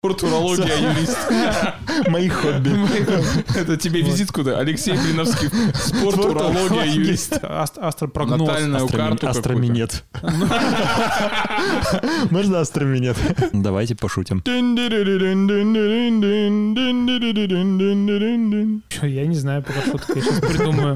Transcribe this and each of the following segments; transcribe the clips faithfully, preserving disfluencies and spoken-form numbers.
Спорт, урология, юрист. Мои хобби. Это тебе визитку, да? Алексей Блиновский. Спорт, урология, юрист. Астропрогноз. Натальную карту какую-то. Астроминет. Можно астроминет? Давайте пошутим. Я не знаю, пока шутка, я сейчас придумаю.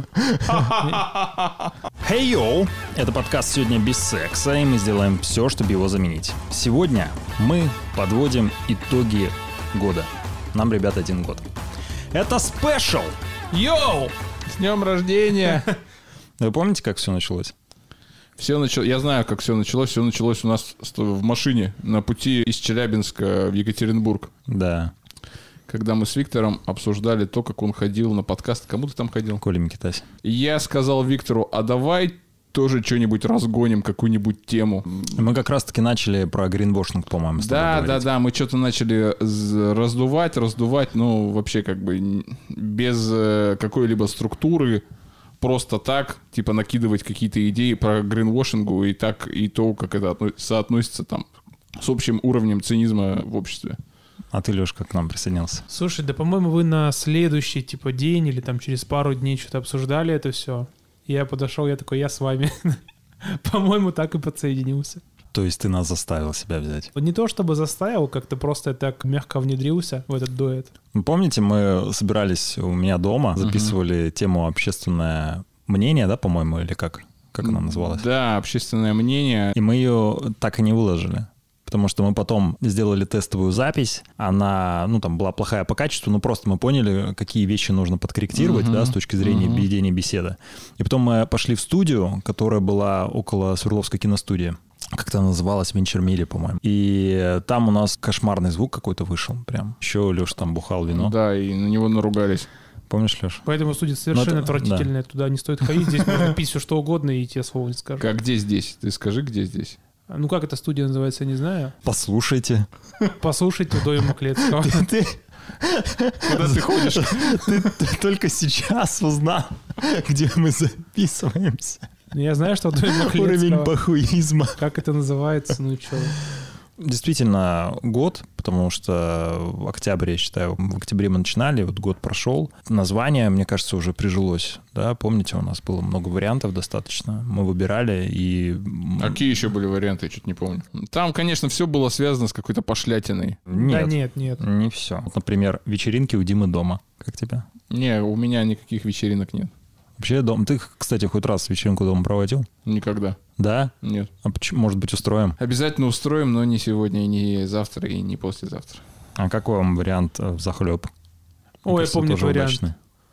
Hey yo! Это подкаст «Сегодня без секса», и мы сделаем все, чтобы его заменить. Сегодня мы подводим итоги года. Нам, ребята, один год. Это спешл! Йоу! С днем рождения! Вы помните, как все началось? Все началось, я знаю, как все началось. Все началось у нас в машине на пути из Челябинска в Екатеринбург. Да. Когда мы с Виктором обсуждали то, как он ходил на подкаст. Кому ты там ходил? Коля Микитась. Я сказал Виктору, а давай тоже что-нибудь разгоним, какую-нибудь тему. Мы как раз-таки начали про гринвошинг, по-моему, с тобой Да, говорить. да, да, мы что-то начали раздувать, раздувать, ну, вообще как бы без какой-либо структуры, просто так, типа накидывать какие-то идеи про гринвошингу и так, и то, как это соотносится там с общим уровнем цинизма в обществе. А ты, Лёшка, к нам присоединился. Слушай, да, по-моему, вы на следующий, типа, день или там через пару дней что-то обсуждали это все. Я подошел, я такой, я с вами. По-моему, так и подсоединился. То есть ты нас заставил себя взять? Не то чтобы заставил, как-то просто так мягко внедрился в этот дуэт. Помните, мы собирались у меня дома, записывали uh-huh. тему «Общественное мнение», да, по-моему, или как? Как она называлась? Да, «Общественное мнение». И мы ее так и не выложили. Потому что мы потом сделали тестовую запись, она, ну, там была плохая по качеству, но просто мы поняли, какие вещи нужно подкорректировать, uh-huh. да, с точки зрения uh-huh. ведения беседы. И потом мы пошли в студию, которая была около Свердловской киностудии. Как-то она называлась «Венчермили», по-моему. И там у нас кошмарный звук какой-то вышел прям. Еще Леша там бухал вино. Да, и на него наругались. Помнишь, Леш? Поэтому студия совершенно это, отвратительная, да. Туда не стоит ходить, здесь можно пить все что угодно, и тебе слова не скажут. Как где здесь? Ты скажи, где здесь? Ну, как эта студия называется, я не знаю. Послушайте. Послушайте в доме Маклецкого. Куда ты ходишь? Ты только сейчас узнал, где мы записываемся. Я знаю, что в доме Маклецкого. Уровень похуизма. Как это называется, ну что? Действительно, год, потому что октябрь, я считаю, в октябре мы начинали, вот год прошел. Название, мне кажется, уже прижилось, да, помните, у нас было много вариантов достаточно, мы выбирали и... А какие еще были варианты, я чуть не помню. Там, конечно, все было связано с какой-то пошлятиной. Нет, да нет, нет. Не все. Вот, например, вечеринки у Димы дома. Как тебя? Не, у меня никаких вечеринок нет. Вообще, дом. Ты, кстати, хоть раз вечеринку дома проводил? Никогда. Да? Нет. А почему, может быть, устроим? Обязательно устроим, но не сегодня, и не завтра, и не послезавтра. А какой вам вариант взахлеб? Ой, я помню вариант. Удачный.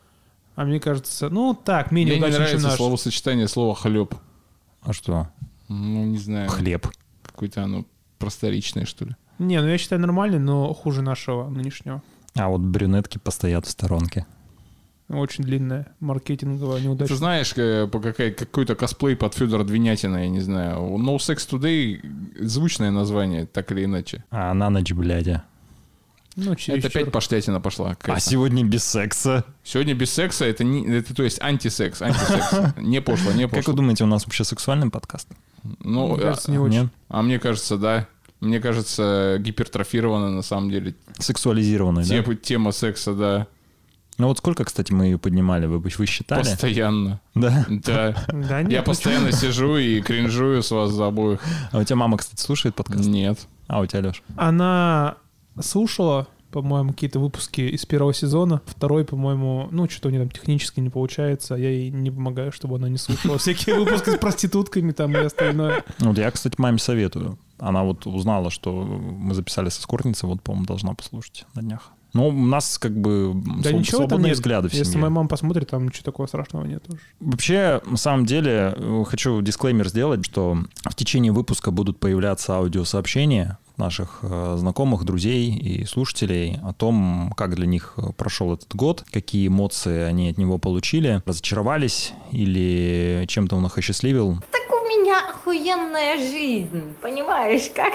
А мне кажется, ну так, менее удачный, чем наш. Мне не нравится словосочетание слова «хлеб». А что? Ну, не знаю. Хлеб. Какое-то оно просторечное, что ли. Не, ну я считаю нормально, но хуже нашего нынешнего. А вот брюнетки постоят в сторонке. Очень длинная, маркетинговая неудача. Ты знаешь, по какой, какой-то косплей под Федора Двинятина, я не знаю. No Sex Today — звучное название, так или иначе. А на ночь, блядя. Ну, это опять пошлятина пошла. Какая-то. А сегодня без секса. Сегодня без секса — это, не, это то есть антисекс. антисекс. Не пошло, не пошло. Как вы думаете, у нас вообще сексуальный подкаст? Ну, мне кажется, не очень. А мне кажется, да. Мне кажется, гипертрофировано на самом деле. Сексуализированный, да? Тема секса, да. Ну вот сколько, кстати, мы ее поднимали, вы, вы считали? Постоянно. Да? Да. Да нет, я постоянно почему? сижу и кринжую с вас за обоих. А у тебя мама, кстати, слушает подкаст? Нет. А у тебя, Леш? Она слушала, по-моему, какие-то выпуски из первого сезона. Второй, по-моему, ну, что-то у нее там технически не получается. Я ей не помогаю, чтобы она не слушала всякие выпуски с проститутками там и остальное. Вот я, кстати, маме советую. Она вот узнала, что мы записали со эскортницей, вот, по-моему, должна послушать на днях. Ну, у нас как бы да своб- ничего свободные нет. взгляды в семье. Если моя мама посмотрит, там ничего такого страшного нет уже. Вообще, на самом деле, хочу дисклеймер сделать, что в течение выпуска будут появляться аудиосообщения наших э, знакомых, друзей и слушателей о том, как для них прошел этот год, какие эмоции они от него получили, разочаровались или чем-то он их осчастливил. Так у меня охуенная жизнь, понимаешь, как...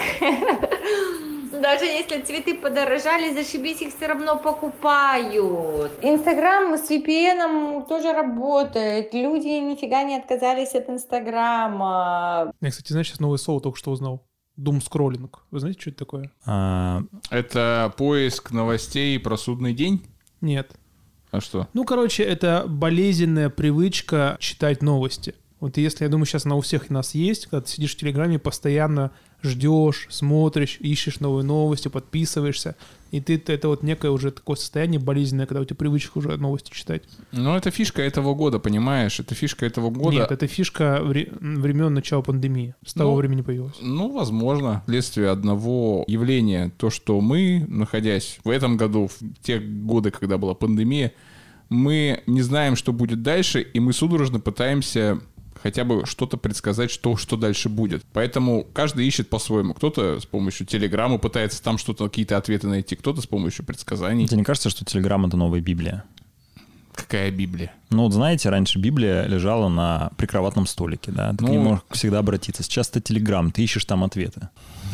Даже если цветы подорожали, зашибись, их все равно покупают. Инстаграм с ви пи эн тоже работает. Люди нифига не отказались от Инстаграма. Я, кстати, знаешь, сейчас новый соул только что узнал. Думскроллинг. Вы знаете, что это такое? А, Это поиск новостей про судный день? Нет. А что? Ну, короче, это болезненная привычка читать новости. Вот если, я думаю, сейчас она у всех у нас есть, когда ты сидишь в Телеграме, постоянно ждешь, смотришь, ищешь новые новости, подписываешься, и ты, это вот некое уже такое состояние болезненное, когда у тебя привычка уже новости читать. Ну, это фишка этого года, понимаешь? Это фишка этого года. Нет, это фишка вре- времен начала пандемии. С того Ну, времени появилась. Ну, возможно, следствие одного явления, то, что мы, находясь в этом году, в те годы, когда была пандемия, мы не знаем, что будет дальше, и мы судорожно пытаемся хотя бы что-то предсказать, что, что дальше будет. Поэтому каждый ищет по-своему. Кто-то с помощью Телеграма пытается там что-то, какие-то ответы найти, кто-то с помощью предсказаний. тебе не кажется, что Телеграм — это новая Библия? Какая Библия? Ну, вот знаете, раньше Библия лежала на прикроватном столике, да? Ты Ну, к ней можешь всегда обратиться. Сейчас это Телеграм, ты ищешь там ответы.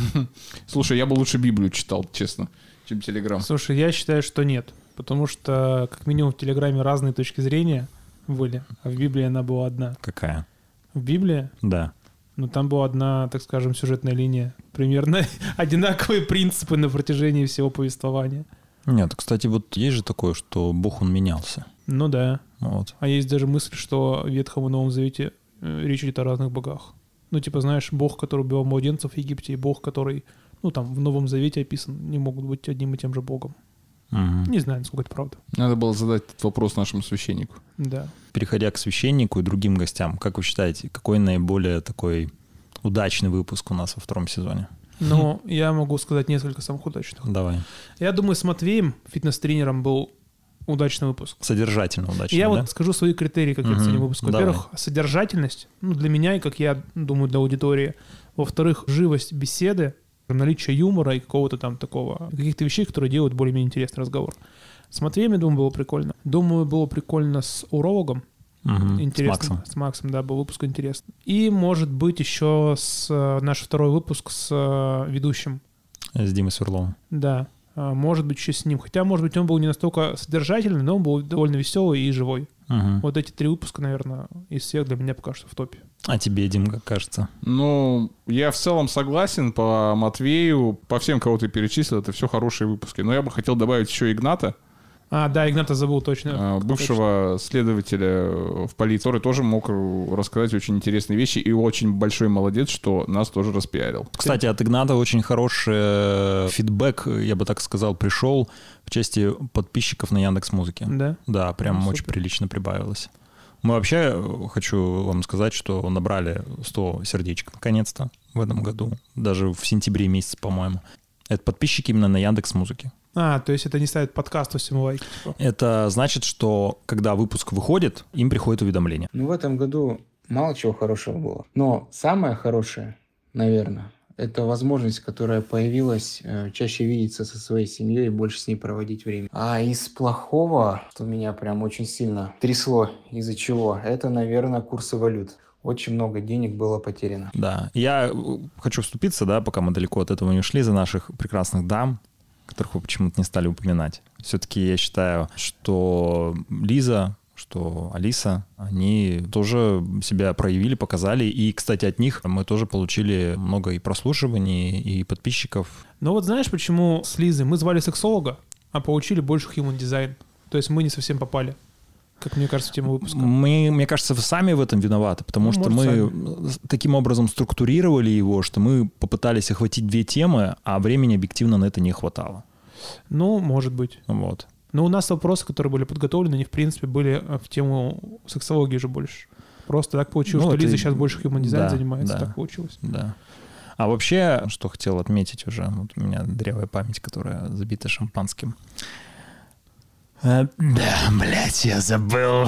Слушай, я бы лучше Библию читал, честно, чем Телеграм. Слушай, я считаю, что нет. Потому что, как минимум, в Телеграме разные точки зрения были, а в Библии она была одна. Какая? В Библии? Да. Ну, там была одна, так скажем, сюжетная линия. Примерно одинаковые принципы на протяжении всего повествования. Нет, кстати, вот есть же такое, что Бог, он менялся. Ну да. Вот. А есть даже мысль, что в Ветхом и Новом Завете э, речь идет о разных богах. Ну, типа, знаешь, Бог, который убивал младенцев в Египте, и Бог, который, ну, там, в Новом Завете описан, не могут быть одним и тем же Богом. Мгм. Не знаю, насколько это правда. Надо было задать этот вопрос нашему священнику. Да. Переходя к священнику и другим гостям, как вы считаете, какой наиболее такой удачный выпуск у нас во втором сезоне? Но я могу сказать несколько самых удачных. Давай. Я думаю, с Матвеем, фитнес-тренером, был удачный выпуск. Содержательно удачно, Я да? вот скажу свои критерии, как я Мгм. оценил выпуск. Давай. Во-первых, содержательность, ну, для меня и, как я думаю, для аудитории. Во-вторых, живость беседы, наличие юмора и какого-то там такого, каких-то вещей, которые делают более-менее интересный разговор. С Матвеем, я думаю, было прикольно. Думаю, было прикольно с урологом. Мгм. Интересно. С Максом. С Максом, да, был выпуск интересный. И, может быть, еще с э, наш второй выпуск с э, ведущим. С Димой Сверловым. Да. А, может быть, еще с ним. Хотя, может быть, он был не настолько содержательный, но он был довольно веселый и живой. Мгм. Вот эти три выпуска, наверное, из всех для меня пока что в топе. А тебе, Дим, как кажется? Ну, я в целом согласен по Матвею, по всем, кого ты перечислил, это все хорошие выпуски. Но я бы хотел добавить еще Игната, А, да, Игната забыл точно. а, бывшего следователя в полиции, который тоже мог рассказать очень интересные вещи и очень большой молодец, что нас тоже распиарил. Кстати, от Игната очень хороший э, фидбэк, я бы так сказал, пришел в части подписчиков на Яндекс.Музыке. Да? Да, прям Ну, очень супер. прилично прибавилось. Мы вообще, э, хочу вам сказать, что набрали сто сердечек наконец-то в этом году. Даже в сентябре месяце, по-моему. Это подписчики именно на Яндекс.Музыке. А, то есть это не ставит подкасту всему лайки. Типа. Это значит, что когда выпуск выходит, им приходит уведомление. Ну, в этом году мало чего хорошего было. Но самое хорошее, наверное, это возможность, которая появилась, э, чаще видеться со своей семьей и больше с ней проводить время. А из плохого, что меня прям очень сильно трясло, из-за чего, это, наверное, курсы валют. Очень много денег было потеряно. Да. Я э, хочу вступиться, да, пока мы далеко от этого не ушли, за наших прекрасных дам, которых вы почему-то не стали упоминать. Все-таки я считаю, что Лиза, что Алиса, они тоже себя проявили, показали. И, кстати, от них мы тоже получили много и прослушиваний, и подписчиков. Ну вот знаешь, почему с Лизой? Мы звали сексолога, а получили больше human design. То есть мы не совсем попали, как мне кажется, в тему выпуска. Мы, мне кажется, вы сами в этом виноваты, потому Ну, что может, мы таким образом структурировали его, что мы попытались охватить две темы, а времени объективно на это не хватало. Ну, может быть. Вот. Но у нас вопросы, которые были подготовлены, они, в принципе, были в тему сексологии же больше. Просто так получилось, Ну, что это Лиза и- сейчас больше human design да, занимается. да. Так получилось. Да. А вообще, что хотел отметить уже, вот у меня древая память, которая забита шампанским. Э, Да, блядь, я забыл.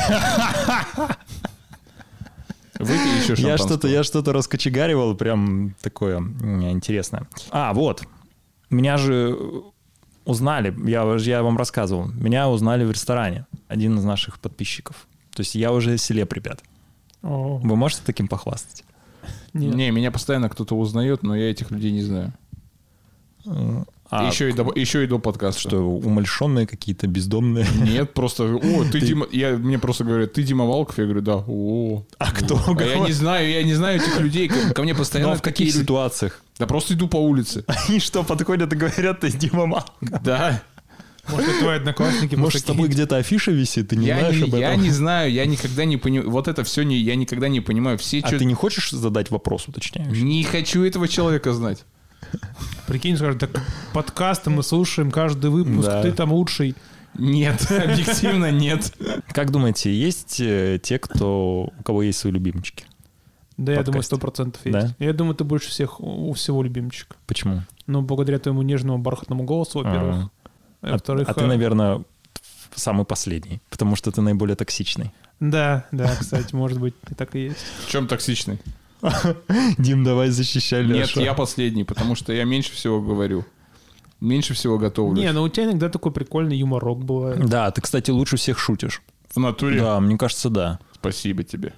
Выпей еще Я шампанского. что-то, я что-то раскочегаривал, прям такое м, интересное. А, вот. Меня же узнали, я, я вам рассказывал, меня узнали в ресторане, один из наших подписчиков. То есть я уже селеб, ребят. О, Вы можете таким похвастать? нет. Не, меня постоянно кто-то узнает, но я этих людей не знаю. Э, А еще, и до, еще и до подкаста. Что, умалишенные какие-то, бездомные? Нет, просто, о, ты, Дима, я, мне просто говорят, ты Дима Валков? Я говорю, да, о. А кто? А я не знаю, я не знаю этих людей, ко, ко мне постоянно... Но в каких люди... ситуациях? Да просто иду по улице. Они что, подходят и говорят, ты Дима Валков? Да. Может, это твои одноклассники? Может, с тобой где-то афиша висит, ты не я знаешь не, об этом? Я не знаю, я никогда не понимаю, вот это все, не, я никогда не понимаю. Все а чё... ты не хочешь задать вопрос уточняющий? Не хочу этого человека знать. Прикинь, скажут, так подкасты мы слушаем каждый выпуск, Да. ты там лучший. Нет, объективно нет. Как думаете, есть э, те, кто, у кого есть свои любимчики? Да, я Подкасте. думаю, сто процентов есть. Да? Я думаю, ты больше всех у всего любимчик. Почему? Ну, благодаря твоему нежному бархатному голосу, во-первых. А, Во-вторых, а ты, э, наверное, самый последний, потому что ты наиболее токсичный. Да, да, кстати, может быть, и так и есть. В чем токсичный? Дим, давай защищай Нет, Лешу. я последний, потому что я меньше всего говорю. Меньше всего готовлюсь. Не, ну у тебя иногда такой прикольный юморок бывает. Да, ты, кстати, лучше всех шутишь. В натуре? Да, мне кажется, да. Спасибо тебе.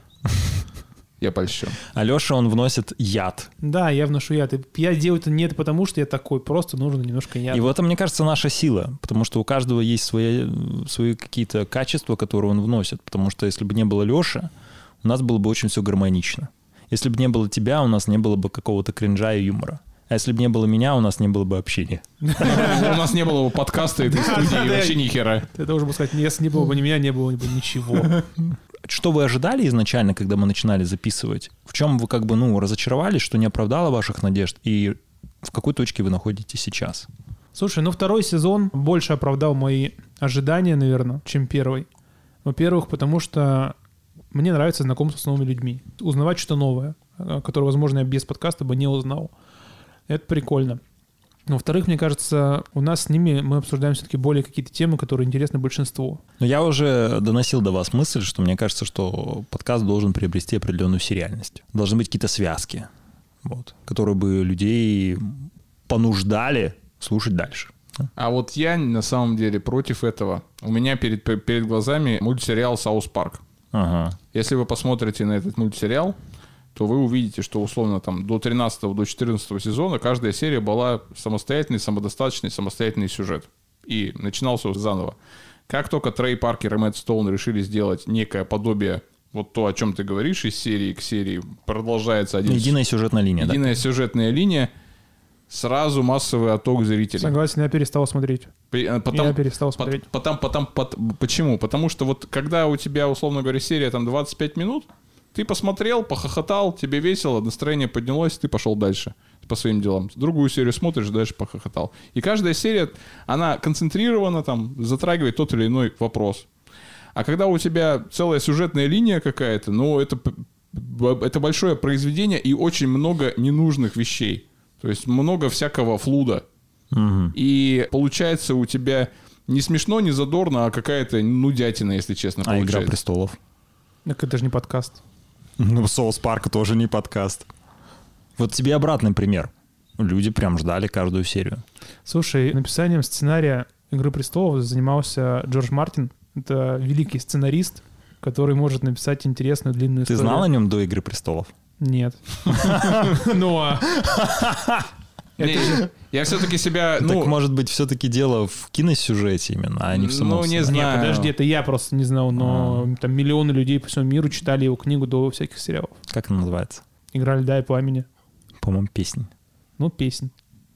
Я польщен. Алеша, он вносит яд. Да, я вношу яд. И я делаю это не потому, что я такой, просто нужно немножко яда. И в этом, мне кажется, наша сила, потому что у каждого есть свои, свои какие-то качества, которые он вносит. Потому что если бы не было Леши, у нас было бы очень все гармонично. Если бы не было тебя, у нас не было бы какого-то кринжа и юмора. А если бы не было меня, у нас не было бы общения. У нас не было бы подкаста этой студии, вообще ни хера. Ты должен был сказать, если не было бы ни меня, не было бы ничего. Что вы ожидали изначально, когда мы начинали записывать? В чем вы как бы, ну, разочаровались, что не оправдало ваших надежд? И в какой точке вы находитесь сейчас? Слушай, ну второй сезон больше оправдал мои ожидания, наверное, чем первый. Во-первых, потому что мне нравится знакомство с новыми людьми. Узнавать что-то новое, которое, возможно, я без подкаста бы не узнал. Это прикольно. Во-вторых, мне кажется, у нас с ними мы обсуждаем все-таки более какие-то темы, которые интересны большинству. Но я уже доносил до вас мысль, что мне кажется, что подкаст должен приобрести определенную сериальность. Должны быть какие-то связки, вот, которые бы людей понуждали слушать дальше. А вот я на самом деле против этого. У меня перед, перед глазами мультсериал «Саус Парк». Ага. Если вы посмотрите на этот мультсериал, то вы увидите, что условно там до тринадцатого, до четырнадцатого сезона каждая серия была самостоятельный, самодостаточный, самостоятельный сюжет. И начинался заново. Как только Трей Паркер и Мэтт Стоун решили сделать некое подобие, вот то, о чем ты говоришь, из серии к серии, продолжается один... Единая сюжетная линия, да? Единая сюжетная линия, сразу массовый отток зрителей. Согласен, я перестал смотреть. Потом, я перестал смотреть. Потом, потом, потом, почему? Потому что вот когда у тебя, условно говоря, серия там двадцать пять минут, ты посмотрел, похохотал, тебе весело, настроение поднялось, ты пошел дальше по своим делам. Другую серию смотришь, дальше похохотал. И каждая серия, она концентрирована, там, затрагивает тот или иной вопрос. А когда у тебя целая сюжетная линия какая-то, ну, это, это большое произведение и очень много ненужных вещей. То есть много всякого флуда. Угу. И получается у тебя не смешно, не задорно, а какая-то нудятина, если честно, А получается. «Игра престолов»? Так это же не подкаст. Ну, «Соус Парк» тоже не подкаст. Вот тебе обратный пример. Люди прям ждали каждую серию. Слушай, написанием сценария «Игры престолов» занимался Джордж Мартин. Это великий сценарист, который может написать интересную длинную Ты историю. знал о нем до «Игры престолов»? Нет. Ну а... Не, я все-таки себя... Так, Ну, может быть, все-таки дело в киносюжете именно, а не в самом Ну, не сценарии. знаю. Не, подожди, это я просто не знал, но там миллионы людей по всему миру читали его книгу до всяких сериалов. Как она называется? «Игра льда и пламени». По-моему, песня. Ну, песня.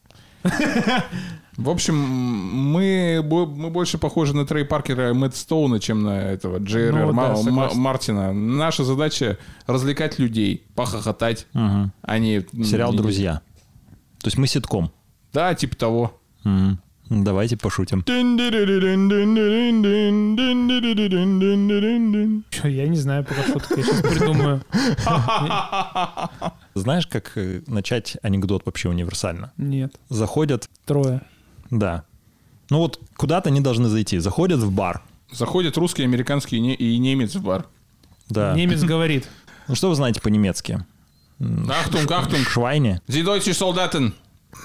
в общем, мы, бо- мы больше похожи на Трей Паркера и Мэтта Стоуна, чем на этого Джей Эр Ну, Эр да, Ма- согласен. Ма- Мартина. Наша задача развлекать людей, похохотать, Угу. а не... Сериал не- «Друзья». То есть мы ситком. Да, типа того. Мгм. Давайте пошутим. Чё, я не знаю пока шуток, я сейчас придумаю. Знаешь, как э, начать анекдот вообще универсально? Нет, Заходят, трое. да. Ну вот куда-то они должны зайти. Заходят в бар. Заходят русский, американский и не- и немец в бар. Да. Немец говорит. Ну что вы знаете по-немецки? Ахтунг, ахтунг. Швайне? Die deutsche Soldaten.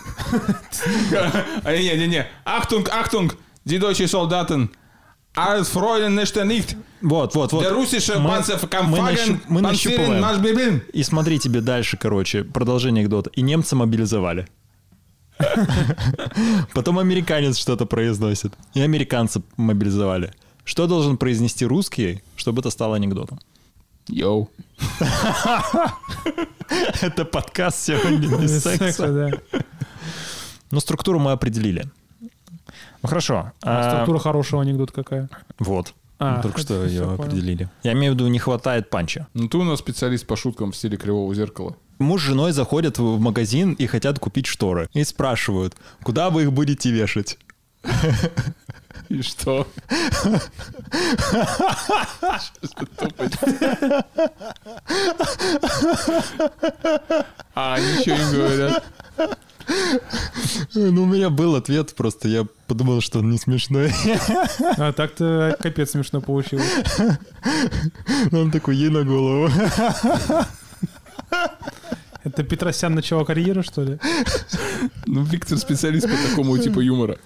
Не-не-не. Ахтунг, ахтунг. Die deutsche Soldaten. Alles Freuden nicht nicht. Вот, вот, вот. Der russische Мы- Panzer мы нащу- Kampfwagen мы Panzerung нащупываем. наш Берлин. И смотри тебе дальше, короче, продолжение анекдота. И немца мобилизовали. Потом американец что-то произносит. И американца мобилизовали. Что должен произнести русский, чтобы это стало анекдотом? Йоу. Это подкаст сегодня без секса. Да. Ну, структуру мы определили. Ну, хорошо. А структура хорошего анекдота какая? Вот. А, Только что всё ее понял. определили. Я имею в виду, не хватает панча. Ну, ты у нас специалист по шуткам в стиле Кривого зеркала. Муж с женой заходят в магазин и хотят купить шторы. И спрашивают, куда вы их будете вешать? И что? А они что им говорят? Ну, у меня был ответ, просто я подумал, что он не смешной. А так-то капец смешно получилось. Он такой, ей на голову. Это Петросян начала карьеру, что ли? Ну, Виктор специалист по такому типу юмора.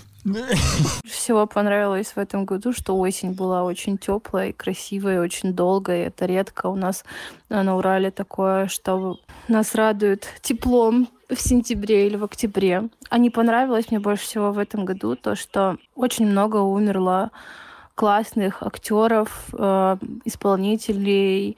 Всего понравилось в этом году, что осень была очень теплая, красивая, очень долгая. Это редко у нас на Урале такое, что нас радует теплом в сентябре или в октябре. А не понравилось мне больше всего в этом году то, что очень много умерло классных актеров, э, исполнителей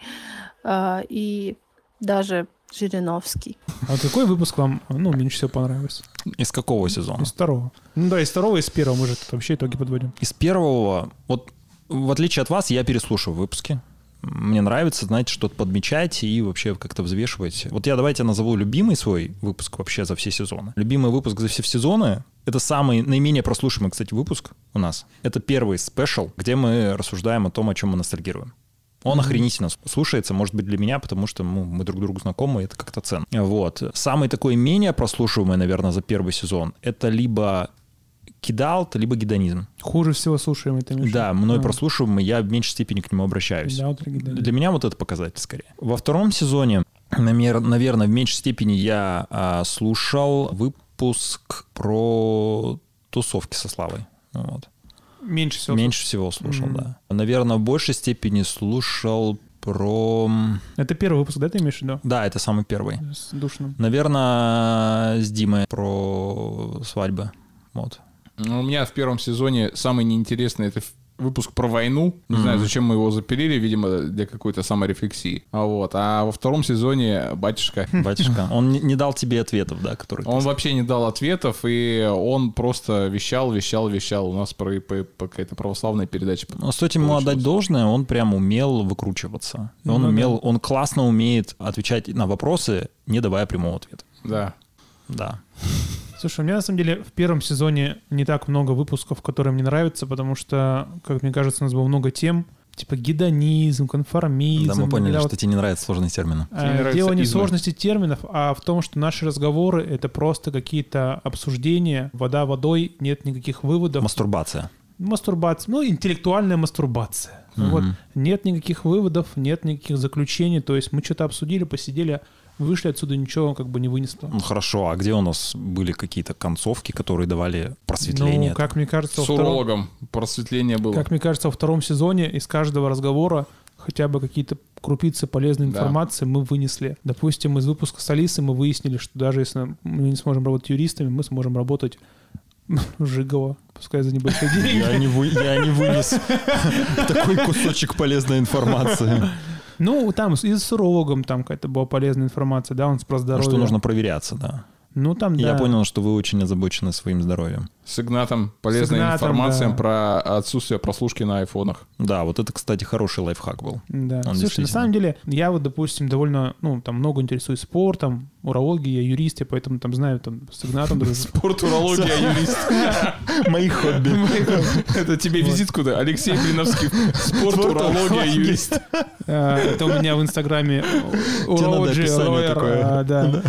э, и даже Жириновский. А вот какой выпуск вам, ну, меньше всего понравился? Из какого сезона? Из второго. Ну да, из второго, из первого. Мы же тут вообще итоги подводим. Из первого, вот в отличие от вас, я переслушиваю выпуски. Мне нравится, знаете, что-то подмечать и вообще как-то взвешивать. Вот я давайте назову любимый свой выпуск вообще за все сезоны. Любимый выпуск за все сезоны — это самый наименее прослушиваемый, кстати, выпуск у нас. Это первый спешл, где мы рассуждаем о том, о чем мы ностальгируем. Он mm-hmm. охренительно слушается, может быть, для меня, потому что ну, мы друг другу знакомы, и это как-то ценно. Вот. Самый такой менее прослушиваемый, наверное, за первый сезон — это либо кидалт, либо гедонизм. Хуже всего слушаемый, ты имеешь? Да, мной а. прослушиваемый, я в меньшей степени к нему обращаюсь. Да, вот гедонизм. Для меня вот это показатель скорее. Во втором сезоне, наверное, в меньшей степени я а, слушал выпуск про тусовки со Славой. Вот. Меньше всего. Меньше всего слушал, mm-hmm. да. Наверное, в большей степени слушал про... Это первый выпуск, да, ты имеешь в виду? Да, это самый первый. С Душным. Наверное, с Димой про свадьбы. Вот. Ну, у меня в первом сезоне самый неинтересный — это выпуск про войну. Не Mm-hmm. знаю, зачем мы его запилили, видимо, для какой-то саморефлексии. А, вот. а во втором сезоне батюшка. Батюшка. Он не дал тебе ответов, да, которые... Он вообще не дал ответов, и он просто вещал, вещал, вещал. У нас про, про, про какая-то православная передача. Но стоит ему отдать должное, он прям умел выкручиваться. Он Ну, умел, да. он классно умеет отвечать на вопросы, не давая прямого ответа. Да. Да. Слушай, у меня на самом деле в первом сезоне не так много выпусков, которые мне нравятся, потому что, как мне кажется, у нас было много тем, типа гедонизм, конформизм. Да, мы поняли, да, что вот, тебе не нравятся сложные термины. Тебе не э, нравятся дело не в измы. сложности терминов, а в том, что наши разговоры — это просто какие-то обсуждения, вода водой, нет никаких выводов. Мастурбация. Мастурбация, ну, интеллектуальная мастурбация. Мгм. Вот. Нет никаких выводов, нет никаких заключений, то есть мы что-то обсудили, посидели, вышли отсюда, ничего как бы не вынесло. Ну хорошо, а где у нас были какие-то концовки, которые давали просветление? Ну, как мне кажется, С во втором, урологом просветление было. как мне кажется, во втором сезоне из каждого разговора хотя бы какие-то крупицы полезной Да. информации мы вынесли. Допустим, из выпуска с Алисой мы выяснили, что даже если мы не сможем работать юристами, мы сможем работать Жигова, пускай за небольшие деньги. Я не, вы- я не вынес такой кусочек полезной информации. Ну, там и с урологом там какая-то была полезная информация, да, он про Ну, здоровье. что нужно проверяться, да. Ну, там, Я да. понял, что вы очень озабочены своим здоровьем. С Игнатом полезная С Игнатом, информация да. про отсутствие прослушки на айфонах. Да, вот это, кстати, хороший лайфхак был. Да. Он Слушай, на действительно. самом деле, я вот, допустим, довольно, ну, там, много интересуюсь спортом, урологией, я юрист, я поэтому там знаю, там, с Игнатом дружу. Спорт, урология, юрист. Мои хобби. Это тебе визитку, да? Алексей Блиновский. Спорт, урология, юрист. А, Это у меня в Инстаграме надо урологи, описание лоер, такое. а, да.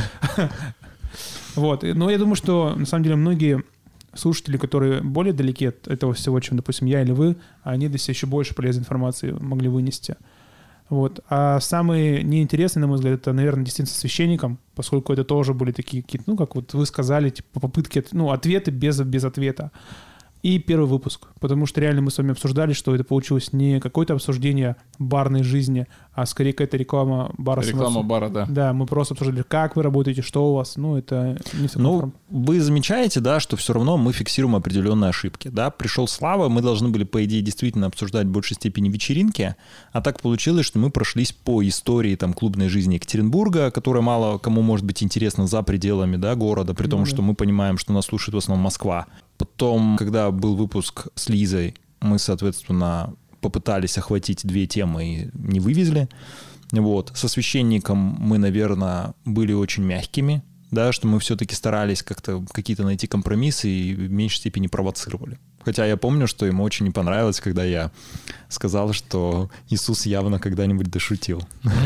Вот, и- но я думаю, что, на самом деле, многие слушатели, которые более далеки от этого всего, чем, допустим, я или вы, они до себя еще больше полезной информации могли вынести. Вот. А самые неинтересные, на мой взгляд, это, наверное, действительно со священником, поскольку это тоже были такие какие-то, ну, как вот вы сказали, типа попытки, от- ну, ответы без, без ответа. И первый выпуск, потому что реально мы с вами обсуждали, что это получилось не какое-то обсуждение барной жизни, а скорее какая-то реклама бара. Реклама бара, да. Да, мы просто обсуждали, как вы работаете, что у вас. Ну, это не в таком Ну, формате. вы замечаете, да, что все равно мы фиксируем определенные ошибки. Да? Пришел Слава, мы должны были, по идее, действительно обсуждать в большей степени вечеринки, а так получилось, что мы прошлись по истории там, клубной жизни Екатеринбурга, которая мало кому может быть интересна за пределами, да, города, при том, Ну да. что мы понимаем, что нас слушает в основном Москва. Потом, когда был выпуск с Лизой, мы, соответственно, попытались охватить две темы и не вывезли. Вот. Со священником мы, наверное, были очень мягкими, да, что мы все-таки старались как-то какие-то найти компромиссы и в меньшей степени провоцировали. Хотя я помню, что ему очень не понравилось, когда я сказал, что Иисус явно когда-нибудь дошутил.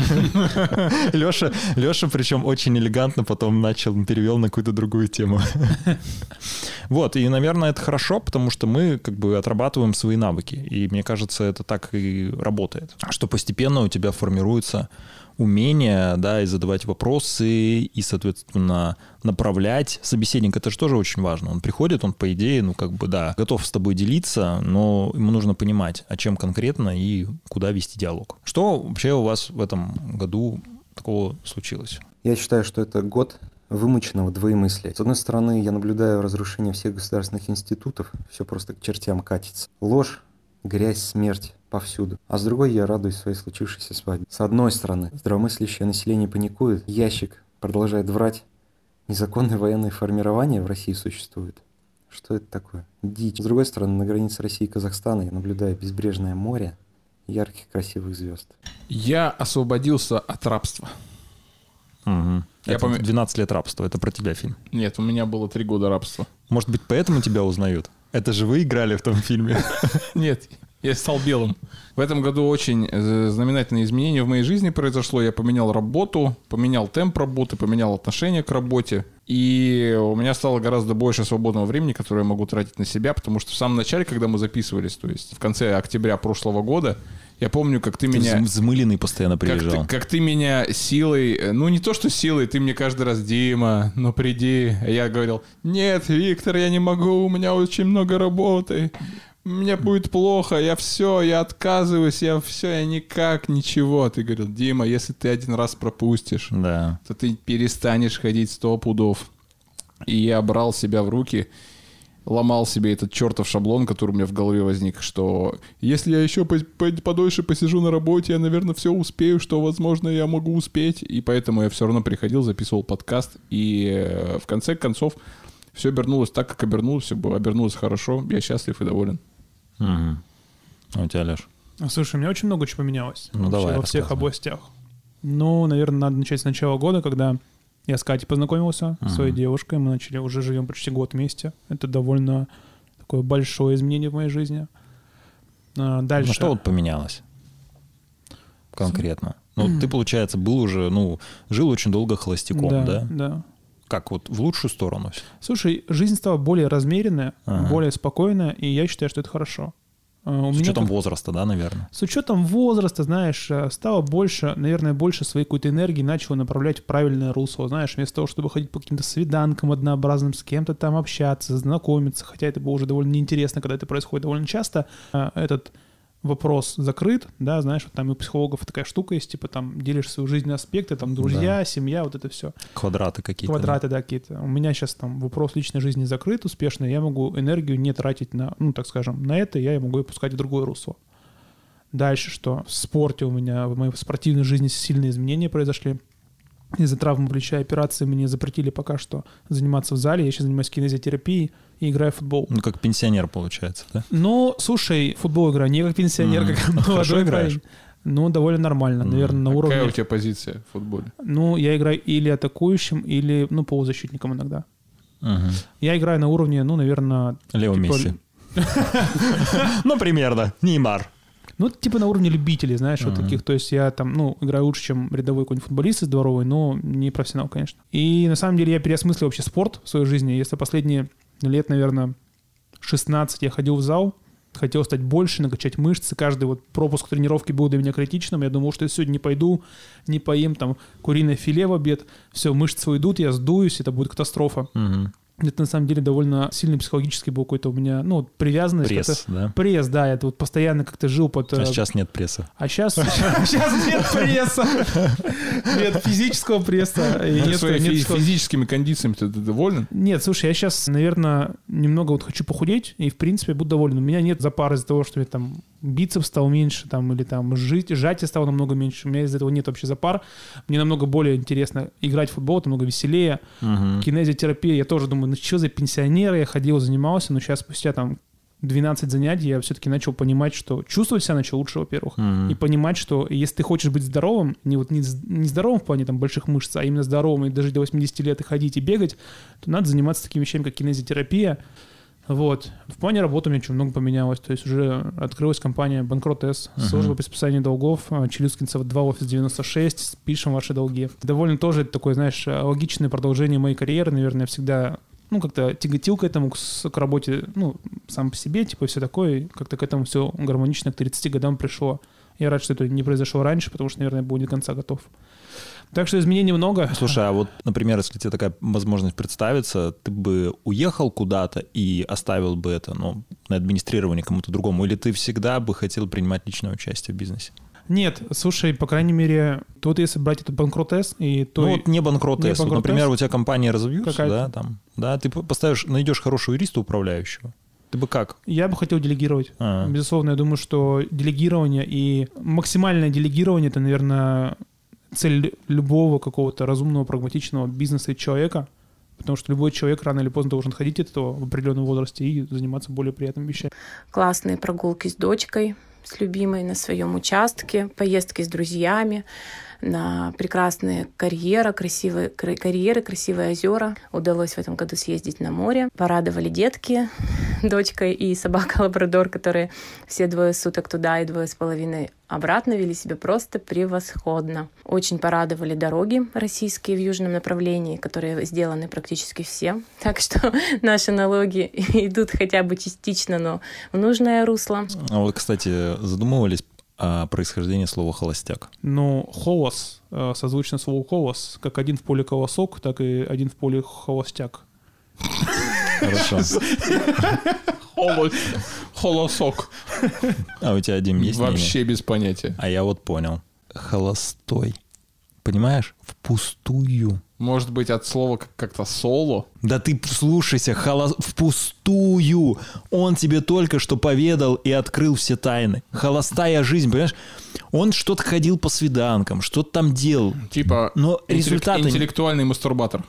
Леша, Леша, причем очень элегантно потом начал, перевел на какую-то другую тему. Вот, и, наверное, это хорошо, потому что мы как бы отрабатываем свои навыки. И мне кажется, это так и работает. Что постепенно у тебя формируется умение, да, и задавать вопросы, и, соответственно, направлять собеседника. Это же тоже очень важно. Он приходит, он, по идее, ну, как бы, да, готов с тобой делиться, но ему нужно понимать, о чем конкретно и куда вести диалог. Что вообще у вас в этом году такого случилось? Я считаю, что это год вымученного двоемыслия. С одной стороны, я наблюдаю разрушение всех государственных институтов, все просто к чертям катится. Ложь, грязь, смерть повсюду. А с другой, я радуюсь своей случившейся свадьбе. С одной стороны, здравомыслящее население паникует, ящик продолжает врать, незаконные военные формирования в России существуют. Что это такое? Дичь. С другой стороны, на границе России и Казахстана я наблюдаю безбрежное море ярких красивых звезд. Я освободился от рабства. Угу. Я Это пом- двенадцать лет рабства. Это про тебя фильм. Нет, у меня было три года рабства. Может быть, поэтому тебя узнают? Это же вы играли в том фильме. Нет, я стал белым. В этом году очень э, знаменательное изменение в моей жизни произошло. Я поменял работу, поменял темп работы, поменял отношение к работе. И у меня стало гораздо больше свободного времени, которое я могу тратить на себя, потому что в самом начале, когда мы записывались, то есть в конце октября прошлого года, я помню, как ты, Ты меня... взмыленный постоянно Как приезжал. ты, как ты меня силой, ну не то что силой, ты мне каждый раз: Дима, ну приди. А я говорил: нет, Виктор, я не могу, у меня очень много работы, мне будет плохо, я все, я отказываюсь, я все, я никак, ничего. Ты говорил: Дима, если ты один раз пропустишь, Да. то ты перестанешь ходить сто пудов. И я брал себя в руки, ломал себе этот чертов шаблон, который у меня в голове возник, что если я еще по- по- подольше посижу на работе, я, наверное, все успею, что, возможно, я могу успеть. И поэтому я все равно приходил, записывал подкаст. И э, в конце концов все обернулось так, как обернулось. Все было, обернулось хорошо. Я счастлив и доволен. Угу. А у тебя, Леш? Слушай, у меня очень много чего поменялось. Ну, вообще давай, во всех рассказывай. областях. Ну, наверное, надо начать с начала года, когда я с Катей познакомился, Ага. с своей девушкой. Мы начали, уже живем почти год вместе. Это довольно такое большое изменение в моей жизни. А, дальше. Ну, что вот поменялось конкретно? Ну, ты, получается, был уже, ну, жил очень долго холостяком, да? Да, да. Как вот в лучшую сторону? Слушай, жизнь стала более размеренная, Ага. более спокойная, и я считаю, что это хорошо. А, У С меня учетом как- возраста, да, наверное? С учетом возраста, знаешь, э, стало больше, наверное, больше своей какой-то энергии начало направлять в правильное русло. Знаешь, вместо того, чтобы ходить по каким-то свиданкам однообразным, с кем-то там общаться, знакомиться, хотя это было уже довольно неинтересно, когда это происходит довольно часто, э, этот вопрос закрыт, да, знаешь, вот там и у психологов такая штука есть, типа там делишь свою жизнь на аспекты, там друзья, семья, вот это все. Квадраты какие-то. Квадраты, да, какие-то. У меня сейчас там вопрос личной жизни закрыт успешно, я могу энергию не тратить на, ну, так скажем, на это, я могу ее пускать в другое русло. Дальше что? В спорте у меня, в моей спортивной жизни сильные изменения произошли. Из-за травмы плеча и операции мне запретили пока что заниматься в зале. Я сейчас занимаюсь кинезиотерапией и играю в футбол. Ну, как пенсионер, получается, да? Ну, слушай, футбол играю не как пенсионер, Мгм. как А хорошо молодой играешь? парень. Ну, довольно нормально, наверное, на уровне... Какая у тебя позиция в футболе? Ну, я играю или атакующим, или, ну, полузащитником иногда. Мгм. Я играю на уровне, ну, наверное... Лео типа, Месси. Ну, примерно. Неймар. Ну, типа на уровне любителей, знаешь, вот Ага. таких. То есть я там, ну, играю лучше, чем рядовой какой-нибудь футболист из дворовой, но не профессионал, конечно. И на самом деле я переосмыслил вообще спорт в своей жизни. Если последние лет, наверное, шестнадцать я ходил в зал, хотел стать больше, накачать мышцы. Каждый вот пропуск тренировки был для меня критичным. Я думал, что я сегодня не пойду, не поем там куриное филе в обед. Все, мышцы уйдут, я сдуюсь, это будет катастрофа. Мгм. Это на самом деле довольно сильный психологический был какой-то у меня, ну, привязанность. Пресс, да? Пресс, да, это вот постоянно как-то жил под... А сейчас нет пресса. А сейчас, сейчас нет пресса. Нет физического пресса. Нет, физическими кондициями ты доволен? Нет, слушай, я сейчас, наверное, немного вот хочу похудеть, и, в принципе, буду доволен. У меня нет запара из-за того, что я там бицепс стал меньше, там, или там жить, сжатие стало намного меньше. У меня из-за этого нет вообще запар. Мне намного более интересно играть в футбол, это намного веселее. Угу. Кинезиотерапия, я тоже думаю, ну что за пенсионеры, я ходил, занимался, но сейчас спустя там двенадцать занятий я все-таки начал понимать, что чувствовать себя начал лучше, во-первых, mm-hmm. и понимать, что если ты хочешь быть здоровым, не вот не, не здоровым в плане там больших мышц, а именно здоровым и дожить до восьмидесяти лет и ходить и бегать, то надо заниматься такими вещами, как кинезиотерапия. Вот. В плане работы у меня очень много поменялось. То есть уже открылась компания Банкрот С, uh-huh. служба по списанию долгов, Челюскинцев два, офис девяносто шесть, спишем ваши долги. Довольно тоже это такое, знаешь, логичное продолжение моей карьеры, наверное, я всегда, ну, как-то тяготил к этому, к, к работе, ну, сам по себе, типа, все такое, и как-то к этому все гармонично к тридцати годам пришло. Я рад, что это не произошло раньше, потому что, наверное, я был не до конца готов. Так что изменений много. Слушай, а вот, например, если тебе такая возможность представится, ты бы уехал куда-то и оставил бы это, ну, на администрирование кому-то другому, или ты всегда бы хотел принимать личное участие в бизнесе? Нет, слушай, по крайней мере, вот если брать этот Банкрот С и то... Ну вот не Банкрот С, вот, например, у тебя компания разовьется, какая-то. да, там, да, ты поставишь, найдешь хорошего юриста управляющего. Ты бы как? Я бы хотел делегировать. А-а. Безусловно, я думаю, что делегирование и максимальное делегирование — это, наверное, цель любого какого-то разумного, прагматичного бизнеса и человека, потому что любой человек рано или поздно должен ходить от этого в определенном возрасте и заниматься более приятными вещами. Классные прогулки с дочкой, с любимой на своем участке, поездки с друзьями, на прекрасные карьеры, красивые карьеры, красивые озера. Удалось в этом году съездить на море. Порадовали детки, дочка и собака-лабрадор, которые все двое суток туда и двое с половиной обратно вели себя просто превосходно. Очень порадовали дороги российские в южном направлении, которые сделаны практически все. Так что наши налоги идут хотя бы частично, но в нужное русло. А вы, кстати, задумывались о происхождении слова «холостяк»? Ну, «холос» созвучно слову «колос». Как один в поле колосок, так и один в поле холостяк. Хорошо. Холосок. А у тебя, Дим, есть мнение? Вообще без понятия. А я вот понял. Холостой. Понимаешь? Впустую. Может быть, от слова как-то соло? Да ты слушайся, холо... впустую. Он тебе только что поведал и открыл все тайны. Холостая жизнь, понимаешь? Он что-то ходил по свиданкам, что-то там делал. Типа но интеллек... результаты... интеллектуальный мастурбатор.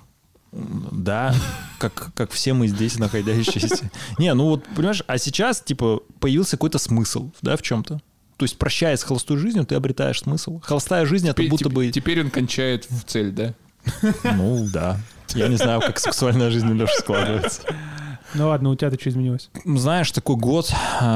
Да, как, как все мы здесь находящиеся. Не, ну вот, понимаешь, а сейчас, типа, появился какой-то смысл, да, в чем-то. То есть, прощаясь с холостой жизнью, ты обретаешь смысл. Холостая жизнь — это будто бы... Теперь он кончает в цель, да? Ну, да. Я не знаю, как сексуальная жизнь у Леши складывается. Ну ладно, у тебя-то что изменилось? Знаешь, такой год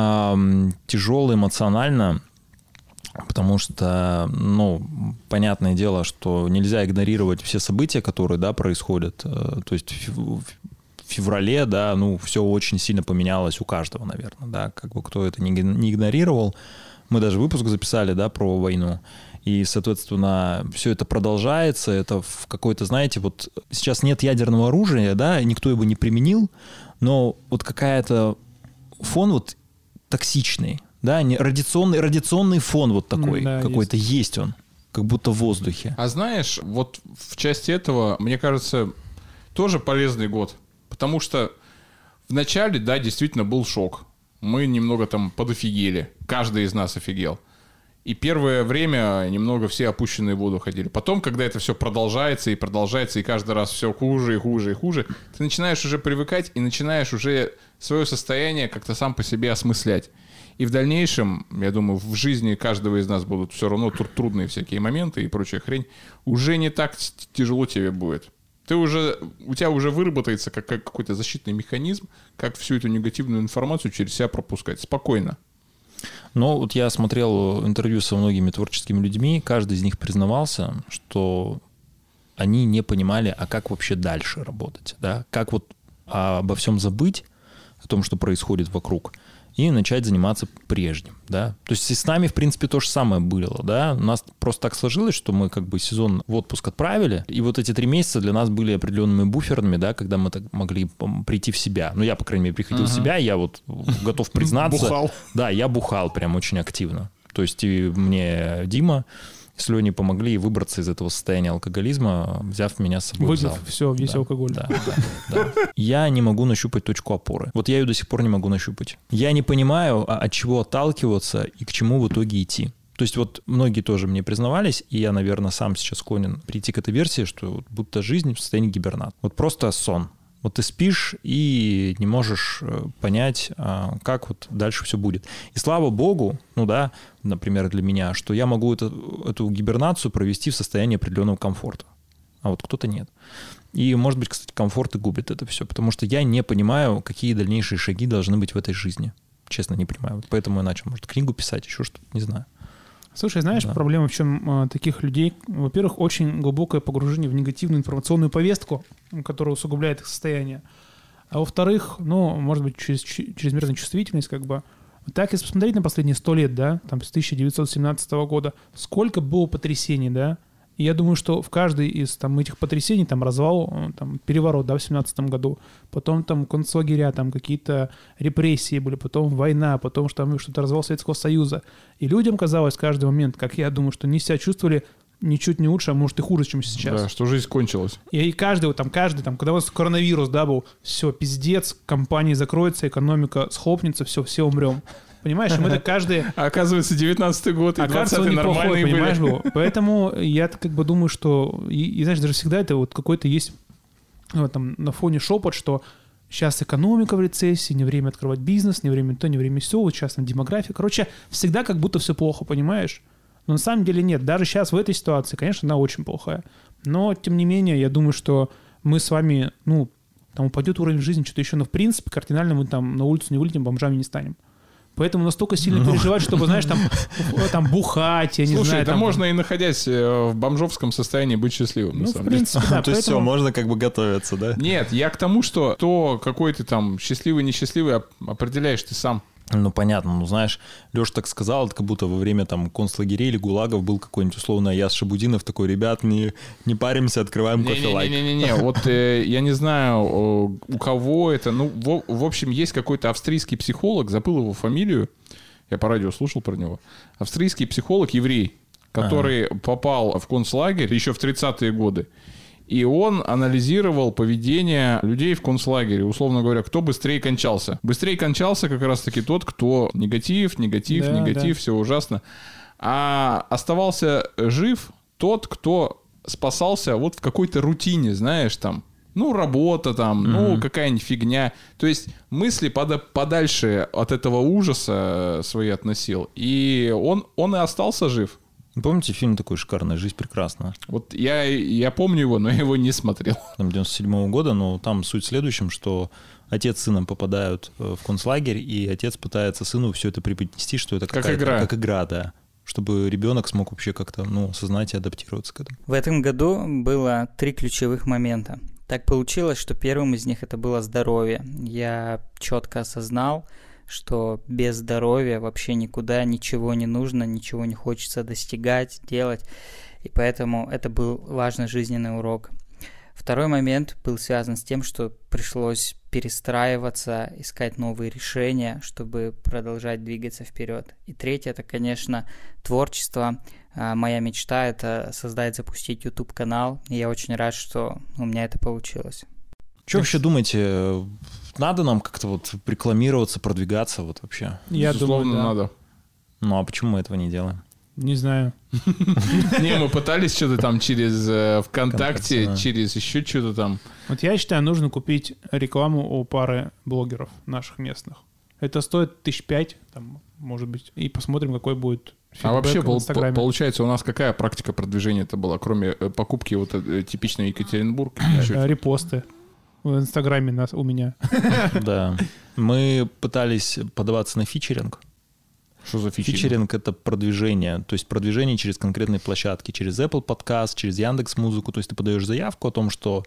э, тяжелый эмоционально, потому что, ну, понятное дело, что нельзя игнорировать все события, которые, да, происходят. То есть в феврале, да, ну, все очень сильно поменялось у каждого, наверное, да, как бы кто это не игнорировал. Мы даже выпуск записали, да, про войну. И, соответственно, все это продолжается. Это в какой-то, знаете, вот сейчас нет ядерного оружия, да, никто его не применил, но вот какая-то фон вот токсичный, да, не, радиационный, радиационный фон вот такой, да, какой-то есть. есть он, как будто в воздухе. А знаешь, вот в части этого, мне кажется, тоже полезный год, потому что в начале, да, действительно был шок. Мы немного там подофигели, каждый из нас офигел. И первое время немного все опущенные в воду ходили. Потом, когда это все продолжается и продолжается, и каждый раз все хуже и хуже и хуже, ты начинаешь уже привыкать и начинаешь уже свое состояние как-то сам по себе осмыслять. И в дальнейшем, я думаю, в жизни каждого из нас будут все равно трудные всякие моменты и прочая хрень. Уже не так тяжело тебе будет. Ты уже, у тебя уже выработается как, как какой-то защитный механизм, как всю эту негативную информацию через себя пропускать. Спокойно. Но вот я смотрел интервью со многими творческими людьми, каждый из них признавался, что они не понимали, а как вообще дальше работать, да, как вот обо всем забыть, о том, что происходит вокруг, и начать заниматься прежним, да. То есть и с нами, в принципе, то же самое было, да. У нас просто так сложилось, что мы как бы сезон в отпуск отправили, и вот эти три месяца для нас были определенными буферами, да, когда мы так могли прийти в себя. Ну, я, по крайней мере, приходил uh-huh. в себя, я вот готов признаться. Бухал. Да, я бухал прям очень активно. То есть и мне Дима с Леней помогли выбраться из этого состояния алкоголизма, взяв меня с собой Выпив в зал. все, весь да, алкоголь. Да, да, да. Я не могу нащупать точку опоры. Вот я ее до сих пор не могу нащупать. Я не понимаю, от чего отталкиваться и к чему в итоге идти. То есть вот многие тоже мне признавались, и я, наверное, сам сейчас склонен прийти к этой версии, что вот будто жизнь в состоянии гибернат. Вот просто сон. Вот ты спишь и не можешь понять, как вот дальше все будет. И слава богу, ну да, например, для меня, что я могу эту, эту гибернацию провести в состоянии определенного комфорта. А вот кто-то нет. И, может быть, кстати, комфорт и губит это все, потому что я не понимаю, какие дальнейшие шаги должны быть в этой жизни. Честно, не понимаю. Вот поэтому я начал, может, книгу писать, еще что-то, не знаю. Слушай, знаешь, да. проблема в чем а, таких людей? Во-первых, очень глубокое погружение в негативную информационную повестку, которая усугубляет их состояние. А во-вторых, ну, может быть, через, чрезмерная чувствительность, как бы. Так, если посмотреть на последние сто лет, да, там, с тысяча девятьсот семнадцатого года, сколько было потрясений, да, и я думаю, что в каждой из там, этих потрясений, там, развал, там, переворот, да, в семнадцатом году, потом там концлагеря, там, какие-то репрессии были, потом война, потом что, там, что-то развал Советского Союза. И людям казалось в каждый момент, как я думаю, что они себя чувствовали ничуть не лучше, а может и хуже, чем сейчас. Да, что жизнь кончилась. И, и каждый, вот, там, каждый, там, когда у нас коронавирус, да, был, все, пиздец, компании закроются, экономика схлопнется, все, все умрем. Понимаешь, мы это каждый... А оказывается, девятнадцатый год и двадцатый нормальные были. Понимаешь, был. Поэтому я как бы думаю, что... И, и знаешь, даже всегда это вот какой-то есть ну, там, на фоне шепот, что сейчас экономика в рецессии, не время открывать бизнес, не время то, не время все, вот сейчас там демография. Короче, всегда как будто все плохо, понимаешь? Но на самом деле нет. Даже сейчас в этой ситуации, конечно, она очень плохая. Но, тем не менее, я думаю, что мы с вами, ну, там упадет уровень жизни, что-то еще, но в принципе кардинально мы там на улицу не вылетим, бомжами не станем. Поэтому настолько сильно ну. переживать, чтобы, знаешь, там, там бухать, я не Слушай, знаю. Слушай, да там... можно и находясь в бомжовском состоянии быть счастливым, ну, на самом в принципе, деле. Да, то есть все, можно как бы готовиться, да? Нет, я к тому, что то, какой ты там счастливый, несчастливый, определяешь ты сам. Ну, понятно, ну, знаешь, Леша так сказал, это как будто во время там концлагерей или гулагов был какой-нибудь условно Аяз Шабудинов такой, ребят, не, не паримся, открываем кофе-лайк. Не-не-не, вот э, я не знаю, у кого это, ну, в, в общем, есть какой-то австрийский психолог, забыл его фамилию, я по радио слушал про него, австрийский психолог, еврей, который ага. попал в концлагерь еще в тридцатые годы. И он анализировал поведение людей в концлагере. Условно говоря, кто быстрее кончался. Быстрее кончался как раз-таки тот, кто негатив, негатив, да, негатив, да. все ужасно. А оставался жив тот, кто спасался вот в какой-то рутине, знаешь, там, ну, работа там, mm-hmm. ну, какая-нибудь фигня. То есть мысли пода- подальше от этого ужаса свои относил. И он, он и остался жив. Помните фильм такой шикарный «Жизнь прекрасна»? Вот я, я помню его, но я его не смотрел. Там девяносто седьмого года, но там суть в следующем, что отец с сыном попадают в концлагерь, и отец пытается сыну все это преподнести, что это как какая-то игра. Как игра, да. Чтобы ребенок смог вообще как-то ну, осознать и адаптироваться к этому. В этом году было три ключевых момента. Так получилось, что первым из них это было здоровье. Я четко осознал, что без здоровья вообще никуда ничего не нужно, ничего не хочется достигать, делать. И поэтому это был важный жизненный урок. Второй момент был связан с тем, что пришлось перестраиваться, искать новые решения, чтобы продолжать двигаться вперед. И третье, это, конечно, творчество. Моя мечта — это создать, запустить YouTube-канал. И я очень рад, что у меня это получилось. Что вообще думаете, надо нам как-то вот рекламироваться, продвигаться вот вообще? Я Безусловно, думаю, да. надо. Ну а почему мы этого не делаем? Не знаю. Не, мы пытались что-то там через ВКонтакте, через еще что-то там. Вот я считаю, нужно купить рекламу у пары блогеров наших местных. Это стоит тысяч пять, там, может быть, и посмотрим, какой будет фидбэк а вообще, в Инстаграме. Получается, у нас какая практика продвижения это была, кроме покупки вот типичной Екатеринбург? Репосты. В Инстаграме нас, у меня. Да. Мы пытались подаваться на фичеринг. Что за фичеринг? Фичеринг — это продвижение. То есть продвижение через конкретные площадки. Через Apple Podcast, через Яндекс.Музыку. То есть ты подаешь заявку о том, что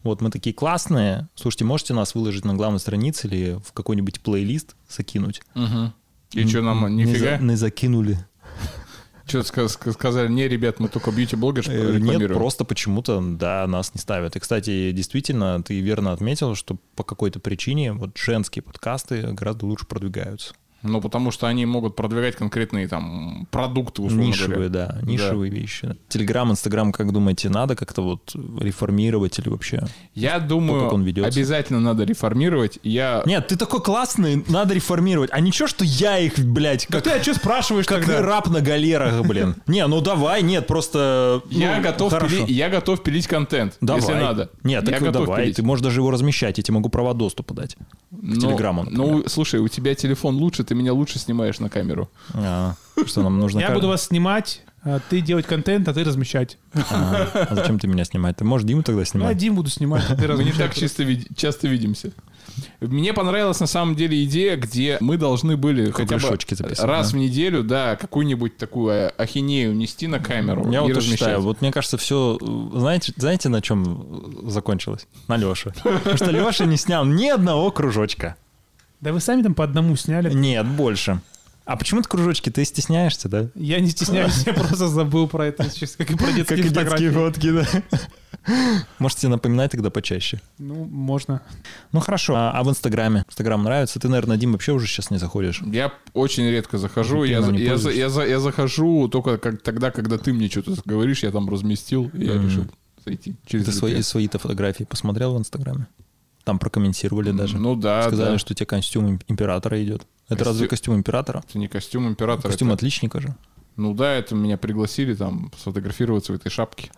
Вот мы такие классные. Слушайте, можете нас выложить на главной странице или в какой-нибудь плейлист закинуть? Угу. И что нам, нифига? Не, за, не закинули. Что сказали, не, ребят, мы только бьюти-блогер рекламируем. Нет, просто почему-то, да, нас не ставят. И, кстати, действительно, ты верно отметил, что по какой-то причине вот женские подкасты гораздо лучше продвигаются. Ну, потому что они могут продвигать конкретные там продукты, условно нишевые, говоря. да, нишевые да. вещи. Телеграм, Инстаграм, как думаете, надо как-то вот реформировать или вообще? Я думаю, то, как он ведется? Обязательно надо реформировать. Я... Нет, ты такой классный, надо реформировать. А ничего, что я их, блядь, как... Да ты, а что спрашиваешь как тогда? раб на галерах, блин. Не, ну давай, нет, просто... Я, ну, готов, пили... я готов пилить контент, давай. если надо. Нет, так я давай, пилить. Ты можешь даже его размещать, я тебе могу права доступа дать. К но, Телеграмму, например. Ну, слушай, у тебя телефон лучше, ты меня лучше снимаешь на камеру. А, что нам нужно? Я буду вас снимать, а ты делать контент, а ты размещать. А, а зачем ты меня снимать? Ты можешь Диму тогда снимать? Ну, я Диму буду снимать, а ты Мы не размещать. так часто, вид... часто видимся. Мне понравилась на самом деле идея, где мы должны были хотя бы раз да? в неделю, да, какую-нибудь такую ахинею нести на камеру. Я и вот размещать. считаю, вот мне кажется, все, знаете, знаете, на чем закончилось? На Леше. Потому что Леша не снял ни одного кружочка. Да вы сами там по одному сняли. Нет, больше. А почему ты кружочки? Ты стесняешься, да? Я не стесняюсь, я просто забыл про это, как и про детские как фотографии. Детские фотки, да. Можете напоминать тогда почаще. Ну, можно. Ну, хорошо. А, а в Инстаграме? Инстаграм нравится? Ты, наверное, Дим, вообще уже сейчас не заходишь. Я очень редко захожу. Я, я, я, я, я, я захожу только как, тогда, когда ты мне что-то говоришь, я там разместил, и я mm-hmm. решил зайти. Через ты свои, свои-то фотографии посмотрел в Инстаграме? Там прокомментировали даже. Ну да, Сказали, да. что тебе костюм императора идет. Это Костю... разве костюм императора? Это не костюм императора. Костюм это... отличника же. Ну да, это меня пригласили там сфотографироваться в этой шапке.